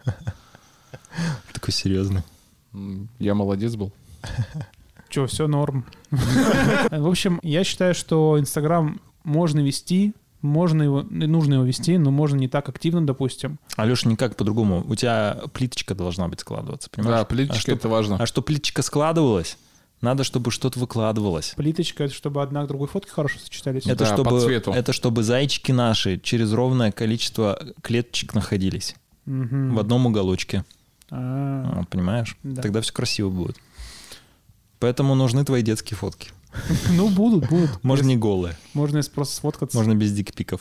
Такой серьезный. Я молодец был. Че, все норм. В общем, я считаю, что Инстаграм можно вести, можно его, нужно его вести, но можно не так активно, допустим. Алеша, никак по-другому. У тебя плиточка должна быть складываться, понимаешь? Да, плиточка а это важно. А что плиточка складывалась, надо, чтобы что-то выкладывалось. Плиточка — это чтобы одна к другой фотке хорошо сочетались. Это, да, чтобы, по цвету. Это чтобы зайчики наши через ровное количество клеточек находились угу. в одном уголочке. А-а-а. Вот, понимаешь? Да. Тогда все красиво будет. Поэтому нужны твои детские фотки. Ну, будут, будут. Можно не голые. Можно просто сфоткаться. Можно без дикпиков.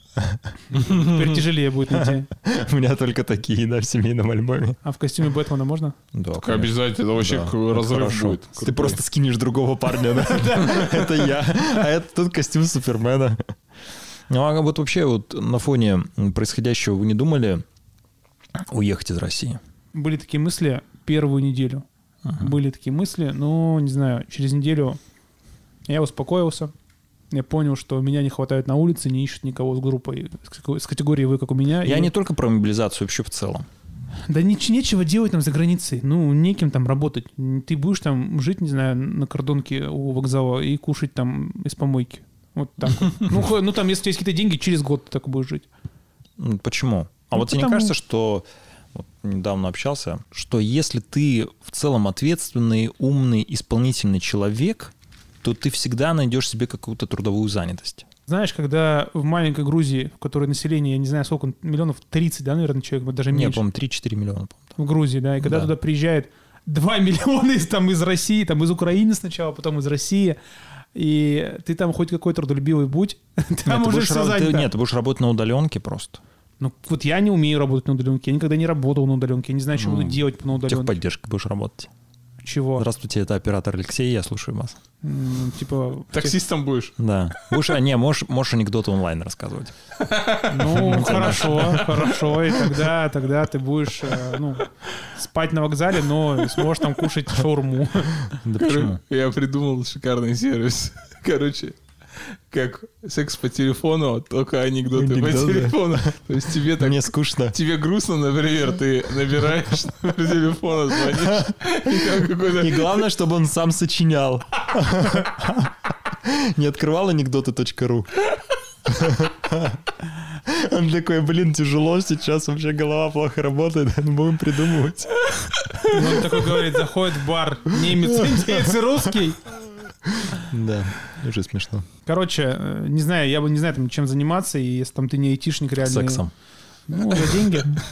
Теперь тяжелее будет найти. У меня только такие, да, в семейном альбоме. А в костюме Бэтмена можно? Да, так обязательно, это вообще да, разрыв это будет. Ты просто скинешь другого парня, да? Это я. А это тут костюм Супермена. Ну, а вот вообще вот на фоне происходящего вы не думали уехать из России? Были такие мысли первую неделю. Были такие мысли, но, не знаю, через неделю я успокоился. Я понял, что меня не хватает на улице, не ищут никого с группой, с категорией «вы», как у меня. Я и... не только про мобилизацию, вообще в целом. Да не, нечего делать нам за границей. Ну, неким там работать. Ты будешь там жить, не знаю, на кордонке у вокзала и кушать там из помойки. Вот так вот. Ну, ну, там, если у тебя есть какие-то деньги, через год ты так будешь жить. Почему? А ну, вот тебе не кажется, что... Вот недавно общался, что если ты в целом ответственный, умный, исполнительный человек, то ты всегда найдешь себе какую-то трудовую занятость. Знаешь, когда в маленькой Грузии, в которой население, я не знаю, сколько, миллионов тридцать, да, наверное, человек, даже меньше. Нет, по-моему, три-четыре миллиона. В Грузии, да, и когда да. туда приезжает два миллиона из, там, из России, там, из Украины сначала, потом из России, и ты там хоть какой трудолюбивый будь, там нет, уже все раб... занято. Нет, ты будешь работать на удаленке просто. Ну, вот я не умею работать на удаленке, я никогда не работал на удаленке, я не знаю, что ну, буду делать на удаленке. Техподдержкой будешь работать. Чего? Здравствуйте, это оператор Алексей, я слушаю вас. М, типа... Таксистом будешь? Да. Будешь, а не, можешь, можешь анекдоты онлайн рассказывать. Ну, хорошо, хорошо, и тогда, тогда ты будешь, ну, спать на вокзале, но сможешь там кушать шаурму. Да почему? Я придумал шикарный сервис. Короче, как секс по телефону, только анекдоты Анекдот, по да. телефону. То есть тебе так... Мне скучно. Тебе грустно, например, ты набираешь номер телефона, звонишь. И, там какой-то... И главное, чтобы он сам сочинял. Не открывал анекдоты точка ру. Он такой, блин, тяжело сейчас, вообще голова плохо работает, будем придумывать. Он такой говорит, заходит в бар, немец, индеец и русский. Да, уже смешно. Короче, не знаю, я бы не знаю, там, чем заниматься, и если там ты не айтишник реально... Сексом. Ну, за деньги.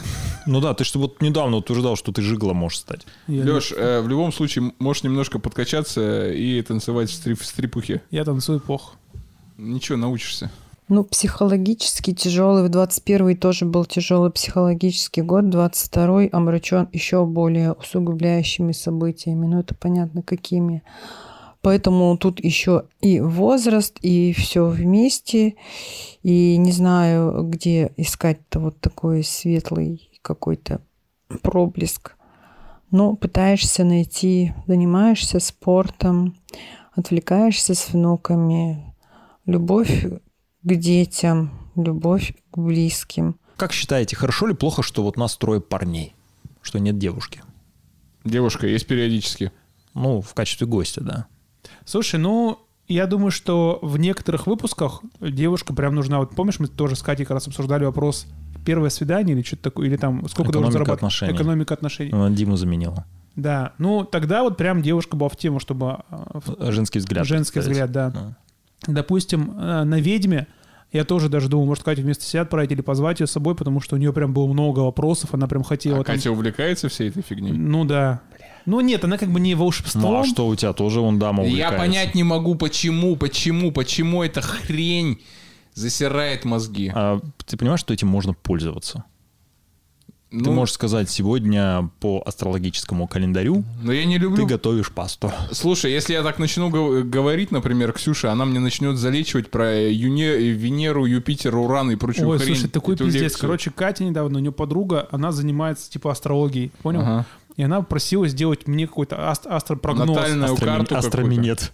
Ну да, ты что вот недавно утверждал, что ты жигло можешь стать. Я Леш, э, в любом случае можешь немножко подкачаться и танцевать в, стрип, в стрипухе. Я танцую плохо. Ничего, научишься. Ну, психологически тяжелый. В двадцать первый тоже был тяжелый психологический год. двадцать второй омрачен еще более усугубляющими событиями. Ну, это понятно, какими. Поэтому тут еще и возраст, и все вместе. И не знаю, где искать-то вот такой светлый какой-то проблеск. Но пытаешься найти, занимаешься спортом, отвлекаешься с внуками. Любовь к детям, любовь к близким. Как считаете, хорошо или плохо, что вот нас трое парней? Что нет девушки? Девушка есть периодически. Ну, в качестве гостя, да. Слушай, ну, я думаю, что в некоторых выпусках девушка прям нужна. Вот помнишь, мы тоже с Катей как раз обсуждали вопрос первое свидание или что-то такое, или там сколько должен зарабатывать? Отношений. Экономика отношений. Она Диму заменила. Да, ну тогда вот прям девушка была в тему, чтобы... Женский взгляд. Женский взгляд, да. да. Допустим, на «Ведьме» я тоже даже думал, может, Катю вместо себя отправить или позвать ее с собой, потому что у нее прям было много вопросов, она прям хотела... А там... Катя увлекается всей этой фигней? Ну да. Ну нет, она как бы не волшебством. Ну а что у тебя тоже вон дама увлекается? Я понять не могу, почему, почему, почему эта хрень засирает мозги. А ты понимаешь, что этим можно пользоваться? Ну, ты можешь сказать, сегодня по астрологическому календарю но я не люблю... ты готовишь пасту. Слушай, если я так начну г- говорить, например, Ксюша, она мне начнет залечивать про Юне... Венеру, Юпитер, Уран и прочую Ой, хрень. слушай, такой пиздец. лекцию. Короче, Катя недавно, у нее подруга, она занимается типа астрологией, понял? Ага. И она просила сделать мне какой-то ast- астропрогноз. Натальную карту Астроминет.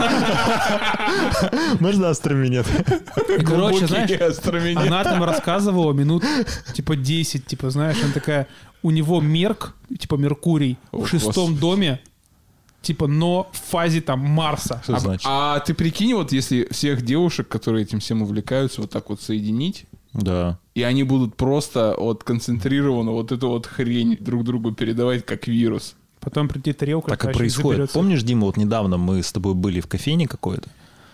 Можно астроминет? Короче, знаешь, астроминет. она там рассказывала минут типа десять, типа, знаешь, она такая, у него Мерк, типа Меркурий, О, в шестом Господи. доме, типа, но в фазе там Марса. Что А, значит? а ты прикинь, вот если всех девушек, которые этим всем увлекаются, вот так вот соединить, Да. и они будут просто вот концентрированно вот эту вот хрень друг другу передавать как вирус. Потом прийти тарелка. Так и происходит. Помнишь, Дима, вот недавно мы с тобой были в кофейне какой-то,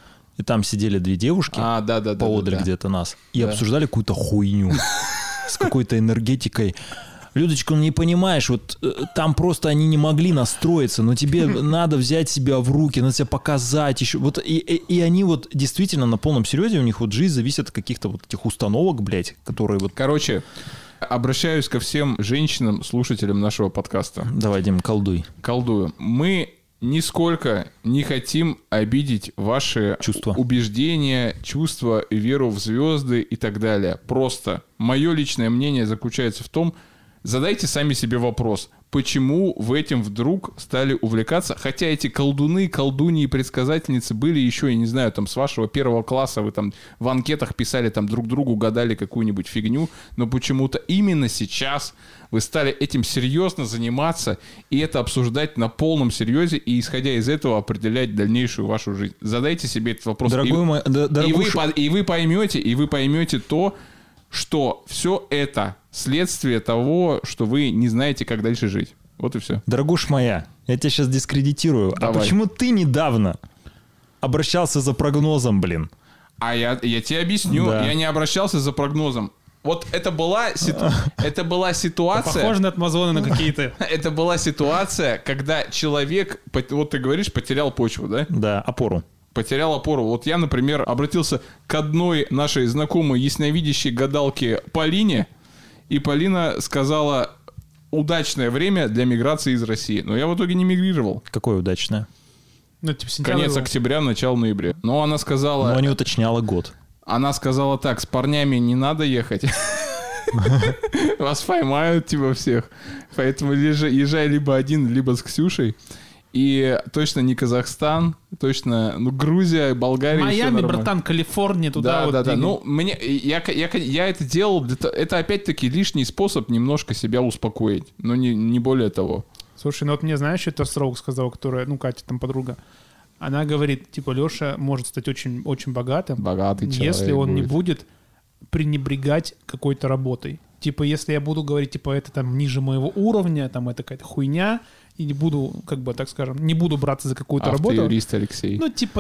и там сидели две девушки А, да, да, да. поодаль да, да. где-то нас, и Да. обсуждали какую-то хуйню с какой-то энергетикой. Людочка, ну не понимаешь, вот э, там просто они не могли настроиться, но тебе надо взять себя в руки, надо себя показать еще. Вот и, и, и они вот действительно на полном серьезе, у них вот жизнь зависит от каких-то вот этих установок, блядь, которые вот... Короче, обращаюсь ко всем женщинам, слушателям нашего подкаста. Давай, Дим, колдуй. Колдую. Мы нисколько не хотим обидеть ваши Чувства. убеждения, чувства, веру в звезды и так далее. Просто мое личное мнение заключается в том, задайте сами себе вопрос, почему вы этим вдруг стали увлекаться, хотя эти колдуны, колдуньи и предсказательницы были еще, я не знаю, там с вашего первого класса вы там в анкетах писали там друг другу, гадали какую-нибудь фигню, но почему-то именно сейчас вы стали этим серьезно заниматься и это обсуждать на полном серьезе и, исходя из этого, определять дальнейшую вашу жизнь. Задайте себе этот вопрос. Дорогой и, мой, д- и, дорогой вы, ш- по- и вы поймете, и вы поймете то, что все это следствие того, что вы не знаете, как дальше жить. Вот и все. Дорогуш моя, я тебя сейчас дискредитирую. А Давай. почему ты недавно обращался за прогнозом, блин? А я, я тебе объясню. Да. Я не обращался за прогнозом. Вот это была, ситу... это была ситуация... Похоже на отмазоны на какие-то. Это была ситуация, когда человек, пот- вот ты говоришь, потерял почву, да? Да, опору. Потерял опору. Вот я, например, обратился к одной нашей знакомой ясновидящей гадалке Полине, и Полина сказала: удачное время для миграции из России. Но я в итоге не мигрировал. Какое удачное. Ну, типа сентябрь Конец был. октября, начало ноября. Но она сказала... Но не уточняла год. Она сказала так: с парнями не надо ехать. Вас поймают, типа, всех. Поэтому езжай, езжай либо один, либо с Ксюшей. И точно не Казахстан, точно, ну, Грузия, Болгария. всё Майами, нормально. братан, Калифорния, туда Да, вот. да, да. двигай. Ну, мне, я, я, я это делал, для то- это опять-таки лишний способ немножко себя успокоить, но не, не более того. Слушай, ну вот мне, знаешь, это срок сказала, которая, ну, Катя там подруга. Она говорит, типа, Леша может стать очень, очень богатым, Богатый человек если он не будет. будет пренебрегать какой-то работой. Типа, если я буду говорить, типа, это там ниже моего уровня, там это какая-то хуйня, и не буду, как бы, так скажем, не буду браться за какую-то работу. Автоюрист Алексей. Ну, типа...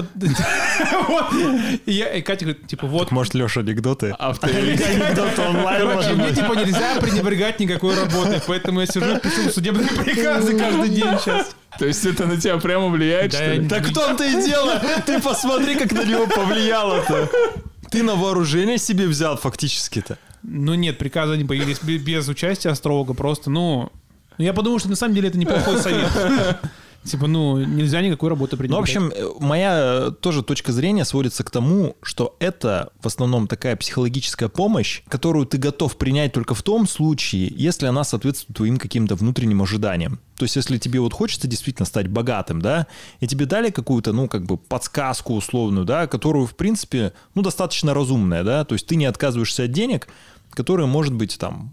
И я, и Катя говорит, типа, вот... Может, Леша, анекдоты? Автоюрист. Анекдоты онлайн, Короче, может мне, быть. типа, нельзя пренебрегать никакой работой, поэтому я сижу и пишу судебные приказы каждый день сейчас. То есть это на тебя прямо влияет, Да, что я ли? не- Так в том-то и дело. Ты посмотри, как на него повлияло-то. Ты на вооружение себе взял фактически-то. Ну нет, приказы не появились бе- без участия астролога, просто, ну... ну, я подумал, что на самом деле это неплохой совет. Типа, ну, нельзя никакой работы Ну, в пренебрегать. общем, моя тоже точка зрения сводится к тому, что это в основном такая психологическая помощь, которую ты готов принять только в том случае, если она соответствует твоим каким-то внутренним ожиданиям. То есть, если тебе вот хочется действительно стать богатым, да, и тебе дали какую-то, ну, как бы подсказку условную, да, которую, в принципе, ну, достаточно разумная, да, то есть ты не отказываешься от денег, которые, может быть, там,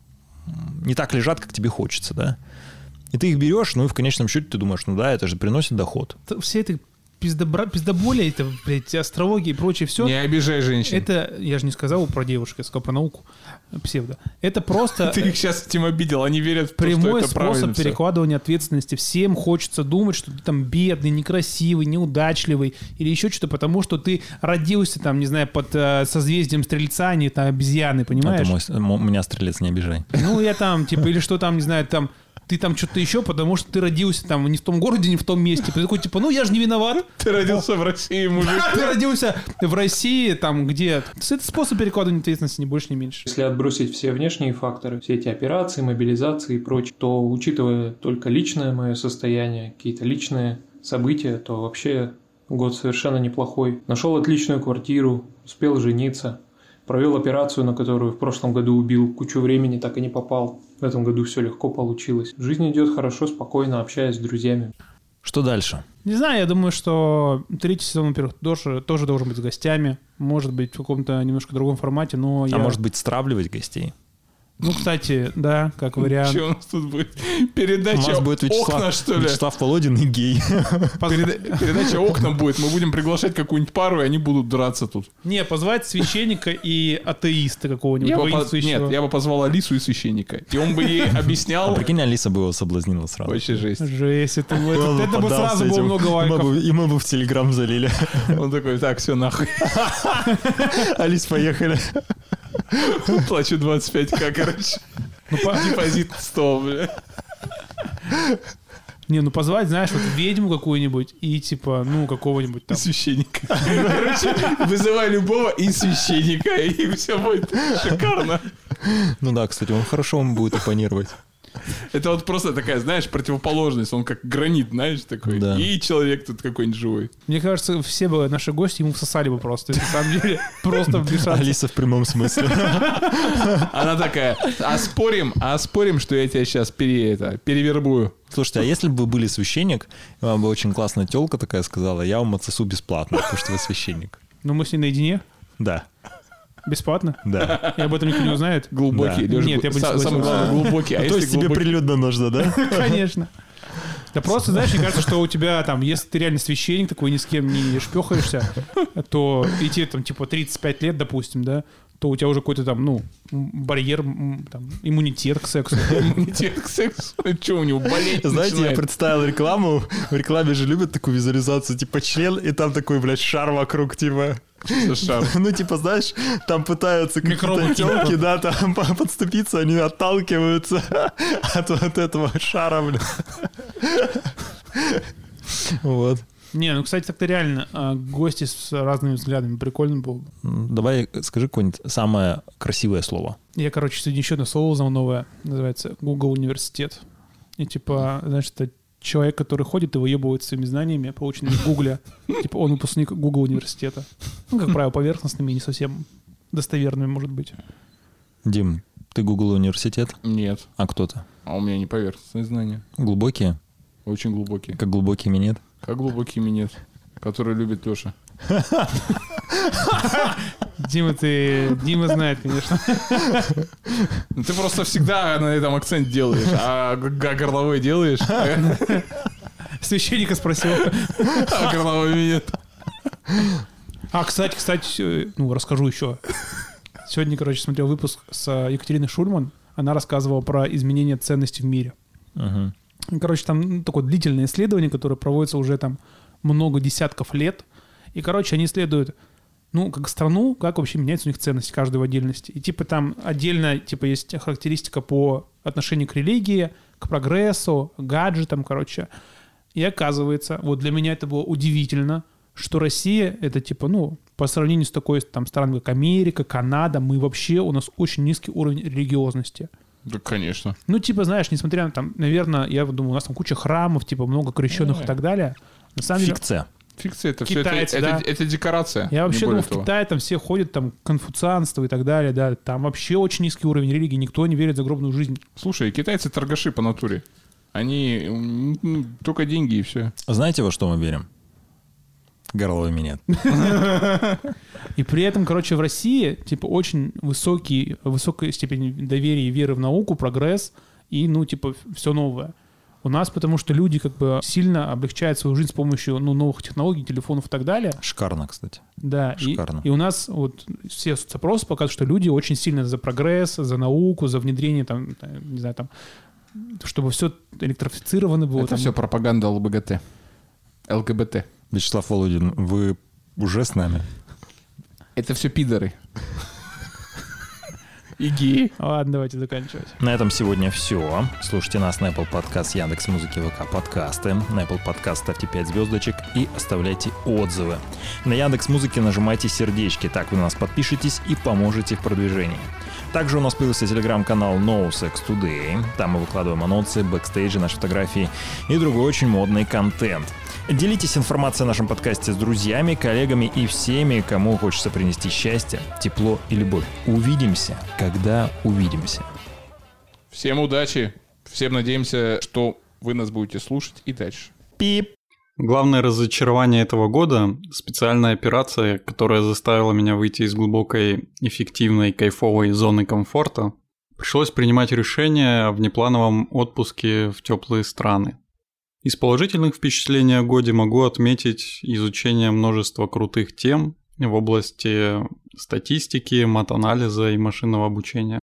не так лежат, как тебе хочется, да. И ты их берешь, ну и в конечном счете ты думаешь, ну да, это же приносит доход. Т- Все это пиздобра... пиздоболие, это, блядь, астрология и прочее, все. Не обижай женщин. Это, я же не сказал про девушек, я сказал про науку, псевдо. Это просто Ты их сейчас этим обидел, они верят в то, что прямой это правильно способ всё. перекладывания ответственности. Всем хочется думать, что ты там бедный, некрасивый, неудачливый или еще что-то, потому что ты родился там, не знаю, под э, созвездием Стрельца, а не там обезьяны, понимаешь? Это мой, м- меня стрелец, не обижай. Ну, я там, типа, или что там, не знаю, там, ты там что-то еще, потому что ты родился там не в том городе, не в том месте. Ты такой, типа, ну, я же не виноват. Ты родился в России, мужик. Ты родился в России, там, где... Это способ перекладывания ответственности, ни больше, ни меньше. Если отбросить все внешние факторы, все эти операции, мобилизации и прочее, то, учитывая только личное мое состояние, какие-то личные события, то вообще год совершенно неплохой. Нашел отличную квартиру, успел жениться, провел операцию, на которую в прошлом году убил кучу времени, так и не попал. В этом году все легко получилось. Жизнь идет хорошо, спокойно, общаясь с друзьями. Что дальше? Не знаю, я думаю, что третий сезон, во-первых, тоже, тоже должен быть с гостями. Может быть, в каком-то немножко другом формате, но я... А может быть, стравливать гостей? Ну, кстати, да, как вариант. Что у нас тут будет? У Передача нас будет Вячеслав, «Окна», что ли? Вячеслав Володин и гей. Переда- Передача «Окна» будет. Мы будем приглашать какую-нибудь пару, и они будут драться тут. Не, позвать священника и атеиста какого-нибудь. Я бы по- воинствующего. Нет, я бы позвал Алису и священника. И он бы ей А объяснял. прикинь, Алиса бы его соблазнила сразу. Вообще жесть. Жесть, это, Он это, это бы поддался сразу было этим. много И мы лайков. бы- И мы бы в Телеграм залили. Он такой, так, все, нахуй. Алис, поехали. Плачу двадцать пять тысяч, короче. Ну, по- Депозит сто, бля. Не, ну позвать, знаешь, вот ведьму какую-нибудь и типа, ну, какого-нибудь там. Священника. Короче, вызывай любого и священника, и все будет шикарно. Ну да, кстати, он хорошо вам будет оппонировать. Это вот просто такая, знаешь, противоположность. Он как гранит, знаешь, такой. Да. И человек тут какой-нибудь живой. Мне кажется, все бы наши гости ему всосали бы просто. На самом деле, просто вмешаться. Алиса в прямом смысле. Она такая, а спорим, а спорим, что я тебя сейчас пере, это, перевербую. Слушайте, а если бы вы были священник, вам бы очень классная телка такая сказала, я вам отсосу бесплатно, потому что вы священник. Ну, мы с ней наедине. Да, Бесплатно? да. И об этом никто не узнает? Глубокий. Да. Лёша, Нет, я бы не са- согласился. Самое главное, глубокий. А То если есть тебе глубокий- прилюдно нужно, да? Конечно. Да просто, знаешь, мне кажется, что у тебя там, если ты реально священник, такой ни с кем не шпехаешься, то и тебе там типа тридцать пять лет, допустим, да, то у тебя уже какой-то там, ну, барьер, м, там, иммунитет к сексу. Иммунитет к сексу. Что у него болеть Знаете, я начинает? представил рекламу, в рекламе же любят такую визуализацию, типа член, и там такой, блядь, шар вокруг, типа... Что шар? Ну, типа, знаешь, там пытаются какие-то Микробы телки, да, там по- подступиться, они отталкиваются от вот этого шара, блин. Вот. Не, ну, кстати, так-то реально, а, гости с разными взглядами, прикольно было бы. М, Давай скажи какое-нибудь самое красивое слово. Я, короче, сегодня еще одно слово узнал новое, называется Google университет. И типа, знаешь, это человек, который ходит и выебывает своими знаниями, полученными в Гугле. Типа он выпускник Google университета. Ну, как правило, поверхностными и не совсем достоверными, может быть. Дим, ты Google университет? Нет. А кто ты? А у меня не поверхностные знания. Глубокие? Очень глубокие. Как глубокий минет? Как глубокий минет, который любит Леша. Дима, ты... Дима знает, конечно. Ну, ты просто всегда на этом акцент делаешь, а г- горловой делаешь, а Священника спросил. горловой минет. А, кстати, кстати, ну, расскажу еще. Сегодня, короче, смотрел выпуск с Екатериной Шульман. Она рассказывала про изменение ценностей в мире. Угу. Короче, там ну, такое длительное исследование, которое проводится уже там много десятков лет. И, короче, они исследуют, ну, как страну, как вообще меняется у них ценность каждой в отдельности. И, типа, там отдельно, типа, есть характеристика по отношению к религии, к прогрессу, к гаджетам, короче. И оказывается, вот для меня это было удивительно, что Россия, это, типа, ну, по сравнению с такой, там, странами, как Америка, Канада, мы вообще, у нас очень низкий уровень религиозности. Да, конечно. Ну, типа, знаешь, несмотря на там, наверное, я думаю, у нас там куча храмов, типа, много крещенных и так далее. На самом деле... Фикция. Фикция, это Китайцы, все, это, да. это, это декорация. Я вообще думал, в того. Китае там все ходят, там, конфуцианство и так далее, да. Там вообще очень низкий уровень религии, никто не верит в загробную жизнь. Слушай, китайцы торгаши по натуре. Они ну, только деньги и все. Знаете, во что мы верим? Горловый минет. И при этом, короче, в России, типа, очень высокий, высокая степень доверия и веры в науку, прогресс и, ну, типа, все новое. У нас, потому что люди как бы сильно облегчают свою жизнь с помощью ну, новых технологий, телефонов и так далее. Шикарно, кстати. Да, Шикарно. И, и у нас вот все соцопросы показывают, что люди очень сильно за прогресс, за науку, за внедрение, там, не знаю, там, чтобы все электрифицировано было. Это там. все пропаганда ЛГБТ. ЛГБТ. Вячеслав Володин, вы уже с нами? Это все пидоры. И геи. Ладно, давайте заканчивать. На этом сегодня все. Слушайте нас на Apple Podcast, Яндекс.Музыки, ВК подкасты. На Apple Podcast ставьте пять звездочек и оставляйте отзывы. На Яндекс.Музыке нажимайте сердечки, так вы на нас подпишетесь и поможете в продвижении. Также у нас появился телеграм-канал No Sex Today. Там мы выкладываем анонсы, бэкстейджи, наши фотографии и другой очень модный контент. Делитесь информацией о нашем подкасте с друзьями, коллегами и всеми, кому хочется принести счастье, тепло и любовь. Увидимся, когда увидимся. Всем удачи. Всем надеемся, что вы нас будете слушать и дальше. Пип. Главное разочарование этого года – специальная операция, которая заставила меня выйти из глубокой, эффективной, кайфовой зоны комфорта. Пришлось принимать решение о внеплановом отпуске в теплые страны. Из положительных впечатлений о годе могу отметить изучение множества крутых тем в области статистики, мат-анализа и машинного обучения.